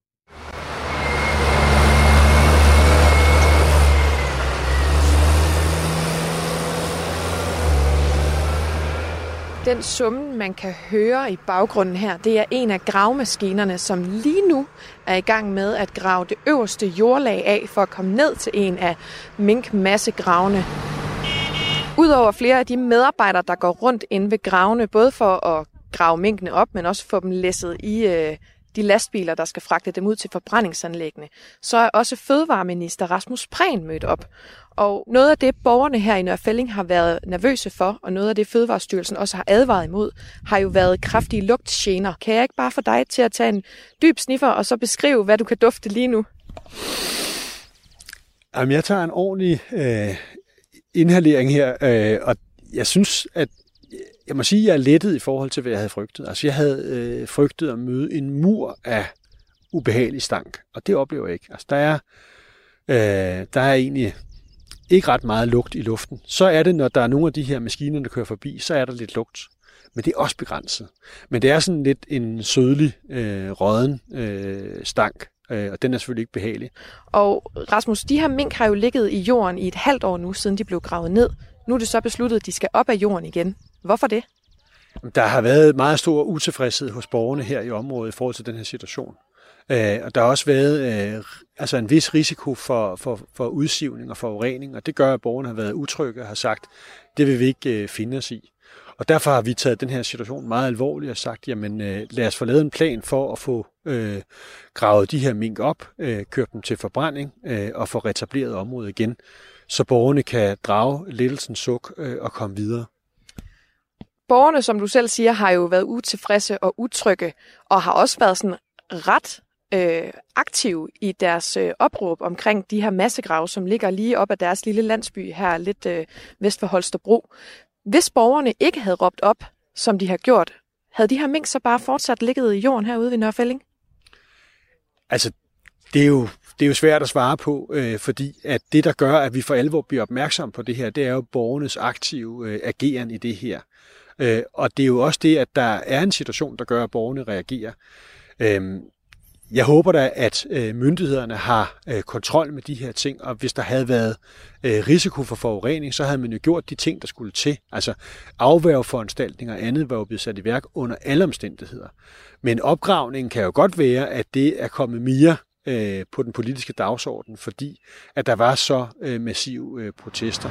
Den summen, man kan høre i baggrunden her, det er en af gravemaskinerne, som lige nu er i gang med at grave det øverste jordlag af for at komme ned til en af minkmassegravene. Udover flere af de medarbejdere, der går rundt inde ved gravene, både for at grave minkene op, men også få dem læsset i øh, de lastbiler, der skal fragte dem ud til forbrændingsanlæggene, så er også fødevareminister Rasmus Prehn mødt op. Og noget af det, borgerne her i Nørre Fælling har været nervøse for, og noget af det, Fødevarestyrelsen også har advaret imod, har jo været kraftige lugtgener. Kan jeg ikke bare få dig til at tage en dyb sniffer, og så beskrive, hvad du kan dufte lige nu? Jamen, jeg tager en ordentlig øh, inhalering her, øh, og jeg synes, at jeg må sige, at jeg er lettet i forhold til, hvad jeg havde frygtet. Altså, jeg havde øh, frygtet at møde en mur af ubehagelig stank, og det oplever jeg ikke. Altså, der er, øh, der er egentlig ikke ret meget lugt i luften. Så er det, når der er nogle af de her maskiner, der kører forbi, så er der lidt lugt. Men det er også begrænset. Men det er sådan lidt en sødlig, øh, rådden øh, stank, øh, og den er selvfølgelig ikke behagelig. Og Rasmus, de her mink har jo ligget i jorden i et halvt år nu, siden de blev gravet ned. Nu er det så besluttet, at de skal op af jorden igen. Hvorfor det? Der har været meget stor utilfredshed hos borgerne her i området i forhold til den her situation. Øh, og der har også været øh, altså en vis risiko for, for, for udsivning og forurening, og det gør, at borgerne har været utrygge og har sagt, det vil vi ikke øh, finde os i. Og derfor har vi taget den her situation meget alvorligt og sagt, jamen øh, lad os få lavet en plan for at få øh, gravet de her mink op, øh, kørt dem til forbrænding øh, og få retableret området igen, så borgerne kan drage lettelsens suk øh, og komme videre. Borgerne, som du selv siger, har jo været utilfredse og utrygge, og har også været sådan ret øh, aktive i deres øh, opråb omkring de her massegrave, som ligger lige op ad deres lille landsby her lidt øh, vest for Holstebro. Hvis borgerne ikke havde råbt op, som de har gjort, havde de her mink så bare fortsat ligget i jorden herude ved Nørre Fælling? Altså, det er jo, det er jo svært at svare på, øh, fordi at det, der gør, at vi for alvor bliver opmærksom på det her, det er jo borgernes aktive øh, ageren i det her. Øh, og det er jo også det, at der er en situation, der gør, at borgerne reagerer. Øh, Jeg håber da, at øh, myndighederne har øh, kontrol med de her ting, og hvis der havde været øh, risiko for forurening, så havde man jo gjort de ting, der skulle til. Altså afværgeforanstaltninger og andet var jo blevet sat i værk under alle omstændigheder. Men opgravningen kan jo godt være, at det er kommet mere øh, på den politiske dagsorden, fordi at der var så øh, massive øh, protester.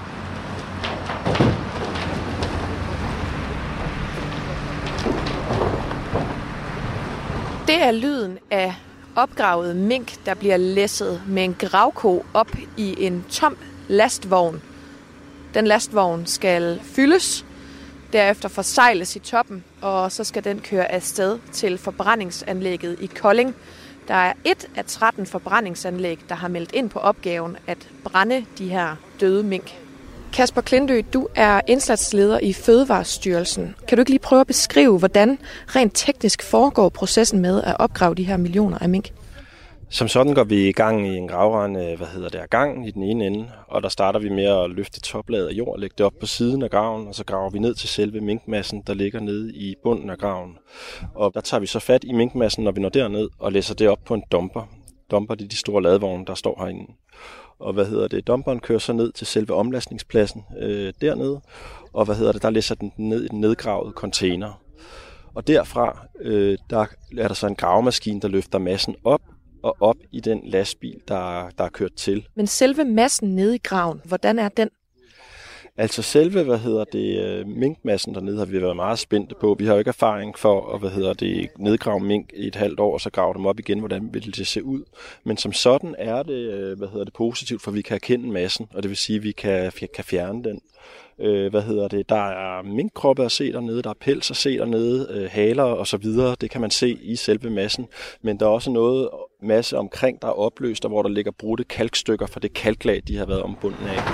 Det er lyden af opgravet mink, der bliver læsset med en gravko op i en tom lastvogn. Den lastvogn skal fyldes, derefter forsegles i toppen, og så skal den køre afsted til forbrændingsanlægget i Kolding. Der er et af tretten forbrændingsanlæg, der har meldt ind på opgaven at brænde de her døde mink. Kasper Klintø, du er indsatsleder i Fødevarestyrelsen. Kan du ikke lige prøve at beskrive, hvordan rent teknisk foregår processen med at opgrave de her millioner af mink? Som sådan går vi i gang i en gravrende, hvad hedder det, af gangen i den ene ende, og der starter vi med at løfte toplaget af jord, lægge det op på siden af graven, og så graver vi ned til selve minkmassen, der ligger nede i bunden af graven. Og der tager vi så fat i minkmassen, når vi når derned, og læsser det op på en dumper. Dumper, det er de store ladevogne, der står herinde. Og hvad hedder det, dumperen kører så ned til selve omlastningspladsen øh, dernede, og hvad hedder det, der læsser den ned i den nedgravede container. Og derfra, øh, der er der så en gravemaskine, der løfter massen op, og op i den lastbil, der, der er kørt til. Men selve massen nede i graven, hvordan er den? Altså selve, hvad hedder det, minkmassen dernede har vi været meget spændte på. Vi har jo ikke erfaring for at, hvad hedder det, nedgrave mink i et halvt år, og så grave dem op igen, hvordan vil det se ud. Men som sådan er det, hvad hedder det, positivt, for vi kan erkende massen, og det vil sige, at vi kan, kan fjerne den. Øh, hvad hedder det, der er minkkroppe at se dernede, der er pels at se dernede, øh, haler og så videre, det kan man se i selve massen, men der er også noget masse omkring, der er opløst, og hvor der ligger brudte kalkstykker fra det kalklag, de har været ombundet af.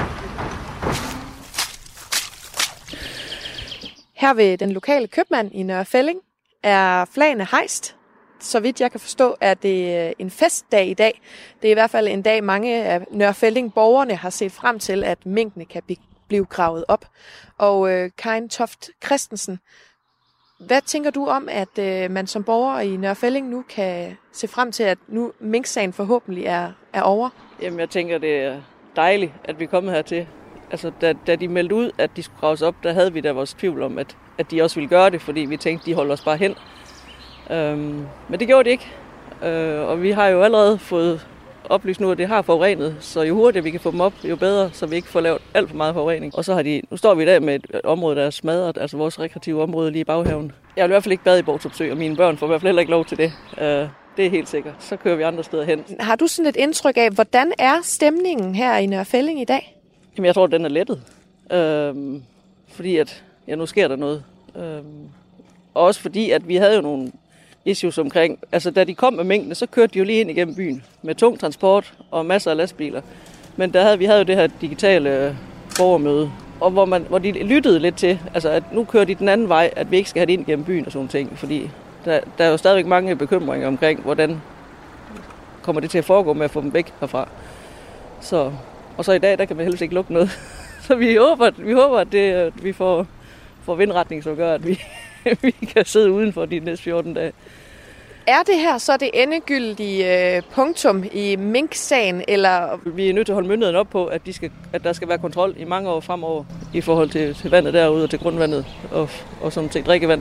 Her ved den lokale købmand i Nørre Fælling er flagene hejst. Så vidt jeg kan forstå, er det en festdag i dag. Det er i hvert fald en dag, mange af Nørre Fælling-borgerne har set frem til, at minkene kan blive gravet op. Og øh, Karin Toft Christensen, hvad tænker du om, at øh, man som borger i Nørre Fælling nu kan se frem til, at nu minksagen forhåbentlig er, er over? Jamen, jeg tænker, det er dejligt, at vi er kommet hertil. Altså, da, da de meldte ud, at de skulle graves op, der havde vi da vores tvivl om, at, at de også ville gøre det, fordi vi tænkte, de holder os bare hen. Øhm, men det gjorde de ikke. Øh, og vi har jo allerede fået oplyst nu, at det har forurenet, så jo hurtigere vi kan få dem op, jo bedre, så vi ikke får lavet alt for meget forurening. Og så har de, nu står vi i dag med et område, der er smadret, altså vores rekreative område lige i baghaven. Jeg vil i hvert fald ikke bade i Borup Sø, og mine børn får i hvert fald heller ikke lov til det. Det er helt sikkert. Så kører vi andre steder hen. Har du sådan et indtryk af, hvordan er stemningen her i Nørre Fælling i dag? Jamen, jeg tror, den er lettet. Øhm, fordi at, ja, nu sker der noget. Øhm, og også fordi, at vi havde jo nogle issues omkring, altså da de kom med mængdene, så kørte de jo lige ind igennem byen med tung transport og masser af lastbiler. Men der havde, vi havde jo det her digitale borgermøde, og hvor, man, hvor de lyttede lidt til, altså at nu kører de den anden vej, at vi ikke skal have det ind igennem byen og sådan ting, fordi der, der er jo stadigvæk mange bekymringer omkring, hvordan kommer det til at foregå med at få dem væk herfra. Så, og så i dag, der kan man helst ikke lukke noget. Så vi håber, vi håber at, det, at vi får, får vindretning, som gør, at vi, vi kan sidde udenfor de næste fjorten dage. Er det her så det endegyldige øh, punktum i mink-sagen, eller? Vi er nødt til at holde myndigheden op på, at, de skal, at der skal være kontrol i mange år fremover i forhold til, til vandet derude og til grundvandet og, og som til drikkevand,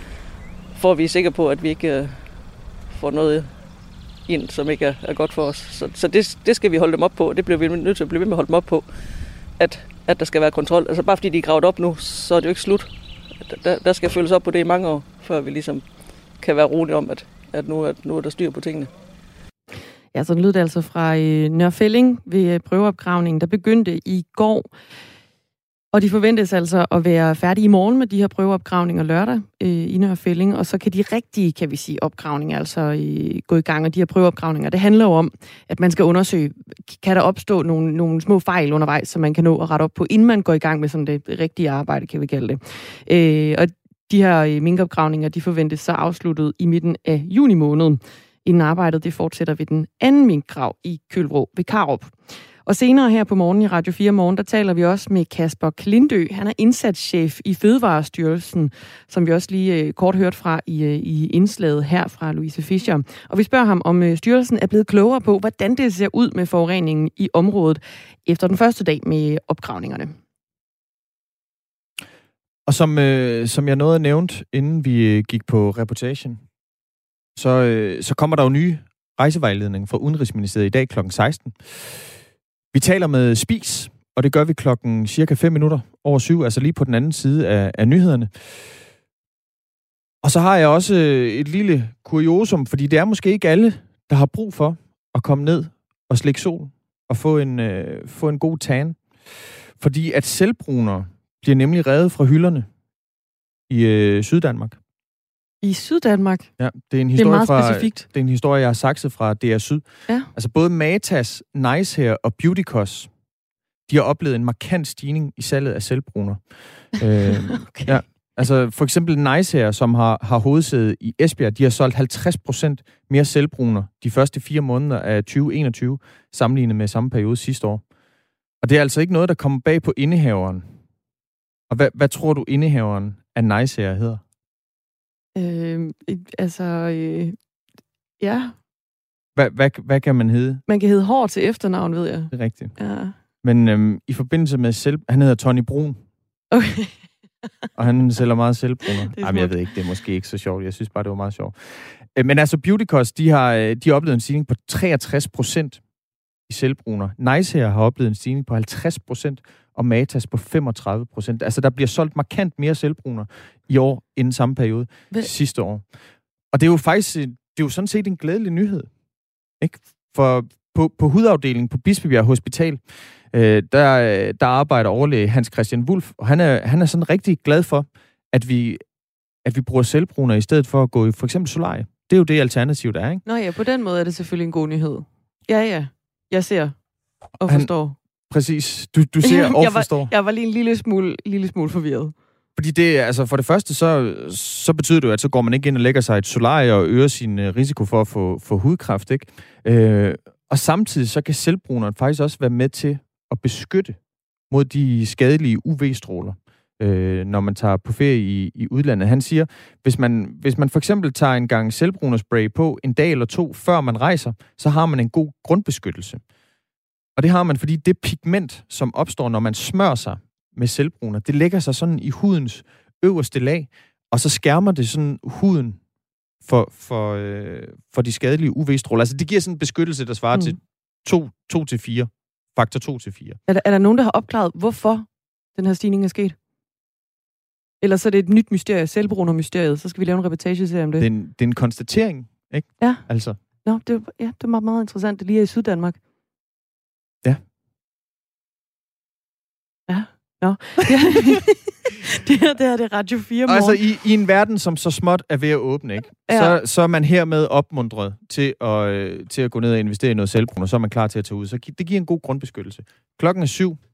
for at vi er sikre på, at vi ikke øh, får noget ind, som ikke er, er godt for os. Så, så det, det skal vi holde dem op på, og det bliver vi nødt til at blive ved med at holde dem op på, at, at der skal være kontrol. Altså bare fordi de er gravet op nu, så er det jo ikke slut. Der, der skal følges op på det i mange år, før vi ligesom kan være rolige om, at, at, nu, at nu er der styr på tingene. Ja, sådan lød det altså fra øh, Nørre Fælling ved prøveopgravningen, der begyndte i går. Og de forventes altså at være færdige i morgen med de her prøveopgravninger lørdag øh, i Nørre Fælling, og så kan de rigtige, kan vi sige, opgravninger altså øh, gå i gang. Og de her prøveopgravninger, det handler jo om, at man skal undersøge, kan der opstå nogle, nogle små fejl undervejs, som man kan nå at rette op på, inden man går i gang med sådan det rigtige arbejde, kan vi kalde det. Øh, og de her minkopgravninger, de forventes så afsluttet i midten af juni måned, inden arbejdet det fortsætter ved den anden minkgrav i Kølvrå ved Karup. Og senere her på morgen i Radio fire Morgen, der taler vi også med Kasper Klintø. Han er indsatschef i Fødevarestyrelsen, som vi også lige kort hørte fra i, i indslaget her fra Louise Fischer. Og vi spørger ham, om styrelsen er blevet klogere på, hvordan det ser ud med forureningen i området efter den første dag med opgravningerne. Og som, øh, som jeg nåede at nævnt, inden vi gik på reportagen, så, øh, så kommer der jo nye rejsevejledning fra Udenrigsministeriet i dag klokken seksten. Vi taler med Spis, og det gør vi klokken cirka fem minutter over syv, altså lige på den anden side af, af nyhederne. Og så har jeg også et lille kuriosum, fordi det er måske ikke alle, der har brug for at komme ned og slikke sol og få en, øh, få en god tan. Fordi at selvbrunere bliver nemlig revet fra hylderne i øh, Syddanmark. I Syddanmark? Ja, det er en historie, det er meget fra, specifikt. det er en historie, jeg har sakset fra D R Syd. Ja. Altså både Matas, Nicehair og Beautycos, de har oplevet en markant stigning i salget af selvbruner. øh, okay. Ja, altså for eksempel Nicehair, som har, har hovedsæde i Esbjerg, de har solgt halvtreds procent mere selvbruner de første fire måneder af tyve enogtyve, sammenlignet med samme periode sidste år. Og det er altså ikke noget, der kommer bag på indehaveren. Og hvad, hvad tror du, indehaveren af Nicehair hedder? Øh, altså, øh, ja. Hvad, hvad, hvad kan man hedde? Man kan hedde Hår til efternavn, ved jeg. Det er rigtigt. Ja. Men øhm, i forbindelse med selv... Han hedder Tony Brun. Okay. Og han sælger meget selvbruner. Jamen, jeg ved ikke, det er måske ikke så sjovt. Jeg synes bare, det var meget sjovt. Øh, men altså, Beautycos, de har, de har oplevet en stigning på treogtres procent i selvbruner. Nicehair har oplevet en stigning på halvtreds procent, og Matas på femogtredive procent. Altså, der bliver solgt markant mere selvbruner i år, inden samme periode Hvad? sidste år. Og det er jo faktisk, det er jo sådan set en glædelig nyhed. Ikke? For på, på hudafdelingen på Bispebjerg Hospital, øh, der, der arbejder overlæge Hans Christian Wulff, og han er, han er sådan rigtig glad for, at vi, at vi bruger selvbruner i stedet for at gå i for eksempel solarie. Det er jo det alternativ, der er, ikke? Nå ja, på den måde er det selvfølgelig en god nyhed. Ja, ja. Jeg ser og forstår. Han, præcis. Du, du ser og jeg var, forstår. Jeg var lige en lille smule, lille smule forvirret. Fordi det, altså for det første, så, så betyder det jo, at så går man ikke ind og lægger sig et solarie og øger sin uh, risiko for at få, få hudkræft, ikke? Øh, og samtidig så kan selvbruneren faktisk også være med til at beskytte mod de skadelige U V-stråler, øh, når man tager på ferie i, i udlandet. Han siger, hvis man, hvis man for eksempel tager en gang selvbrunerspray på en dag eller to, før man rejser, så har man en god grundbeskyttelse. Og det har man, fordi det pigment, som opstår, når man smører sig med selvbruner, det lægger sig sådan i hudens øverste lag, og så skærmer det sådan huden for, for, øh, for de skadelige U V-stråler. Altså det giver sådan en beskyttelse, der svarer mm. til to til fire. Faktor to til fire. Er der, er der nogen, der har opklaret, hvorfor den her stigning er sket? Eller så er det et nyt mysterie, selvbruner-mysteriet. Så skal vi lave en reportageserie om det. Det er en, det er en konstatering, ikke? Ja. Altså. Nå, det, ja, det er meget, meget interessant. Det lige er i Syddanmark. Ja. Ja. Nå. Det her, det her, det her det er Radio fire morgen. Altså, i, i en verden, som så småt er ved at åbne, ikke? Ja. Så, så er man hermed opmuntret til at, øh, til at gå ned og investere i noget selvbrug, og så er man klar til at tage ud. Så det giver en god grundbeskyttelse. Klokken er syv.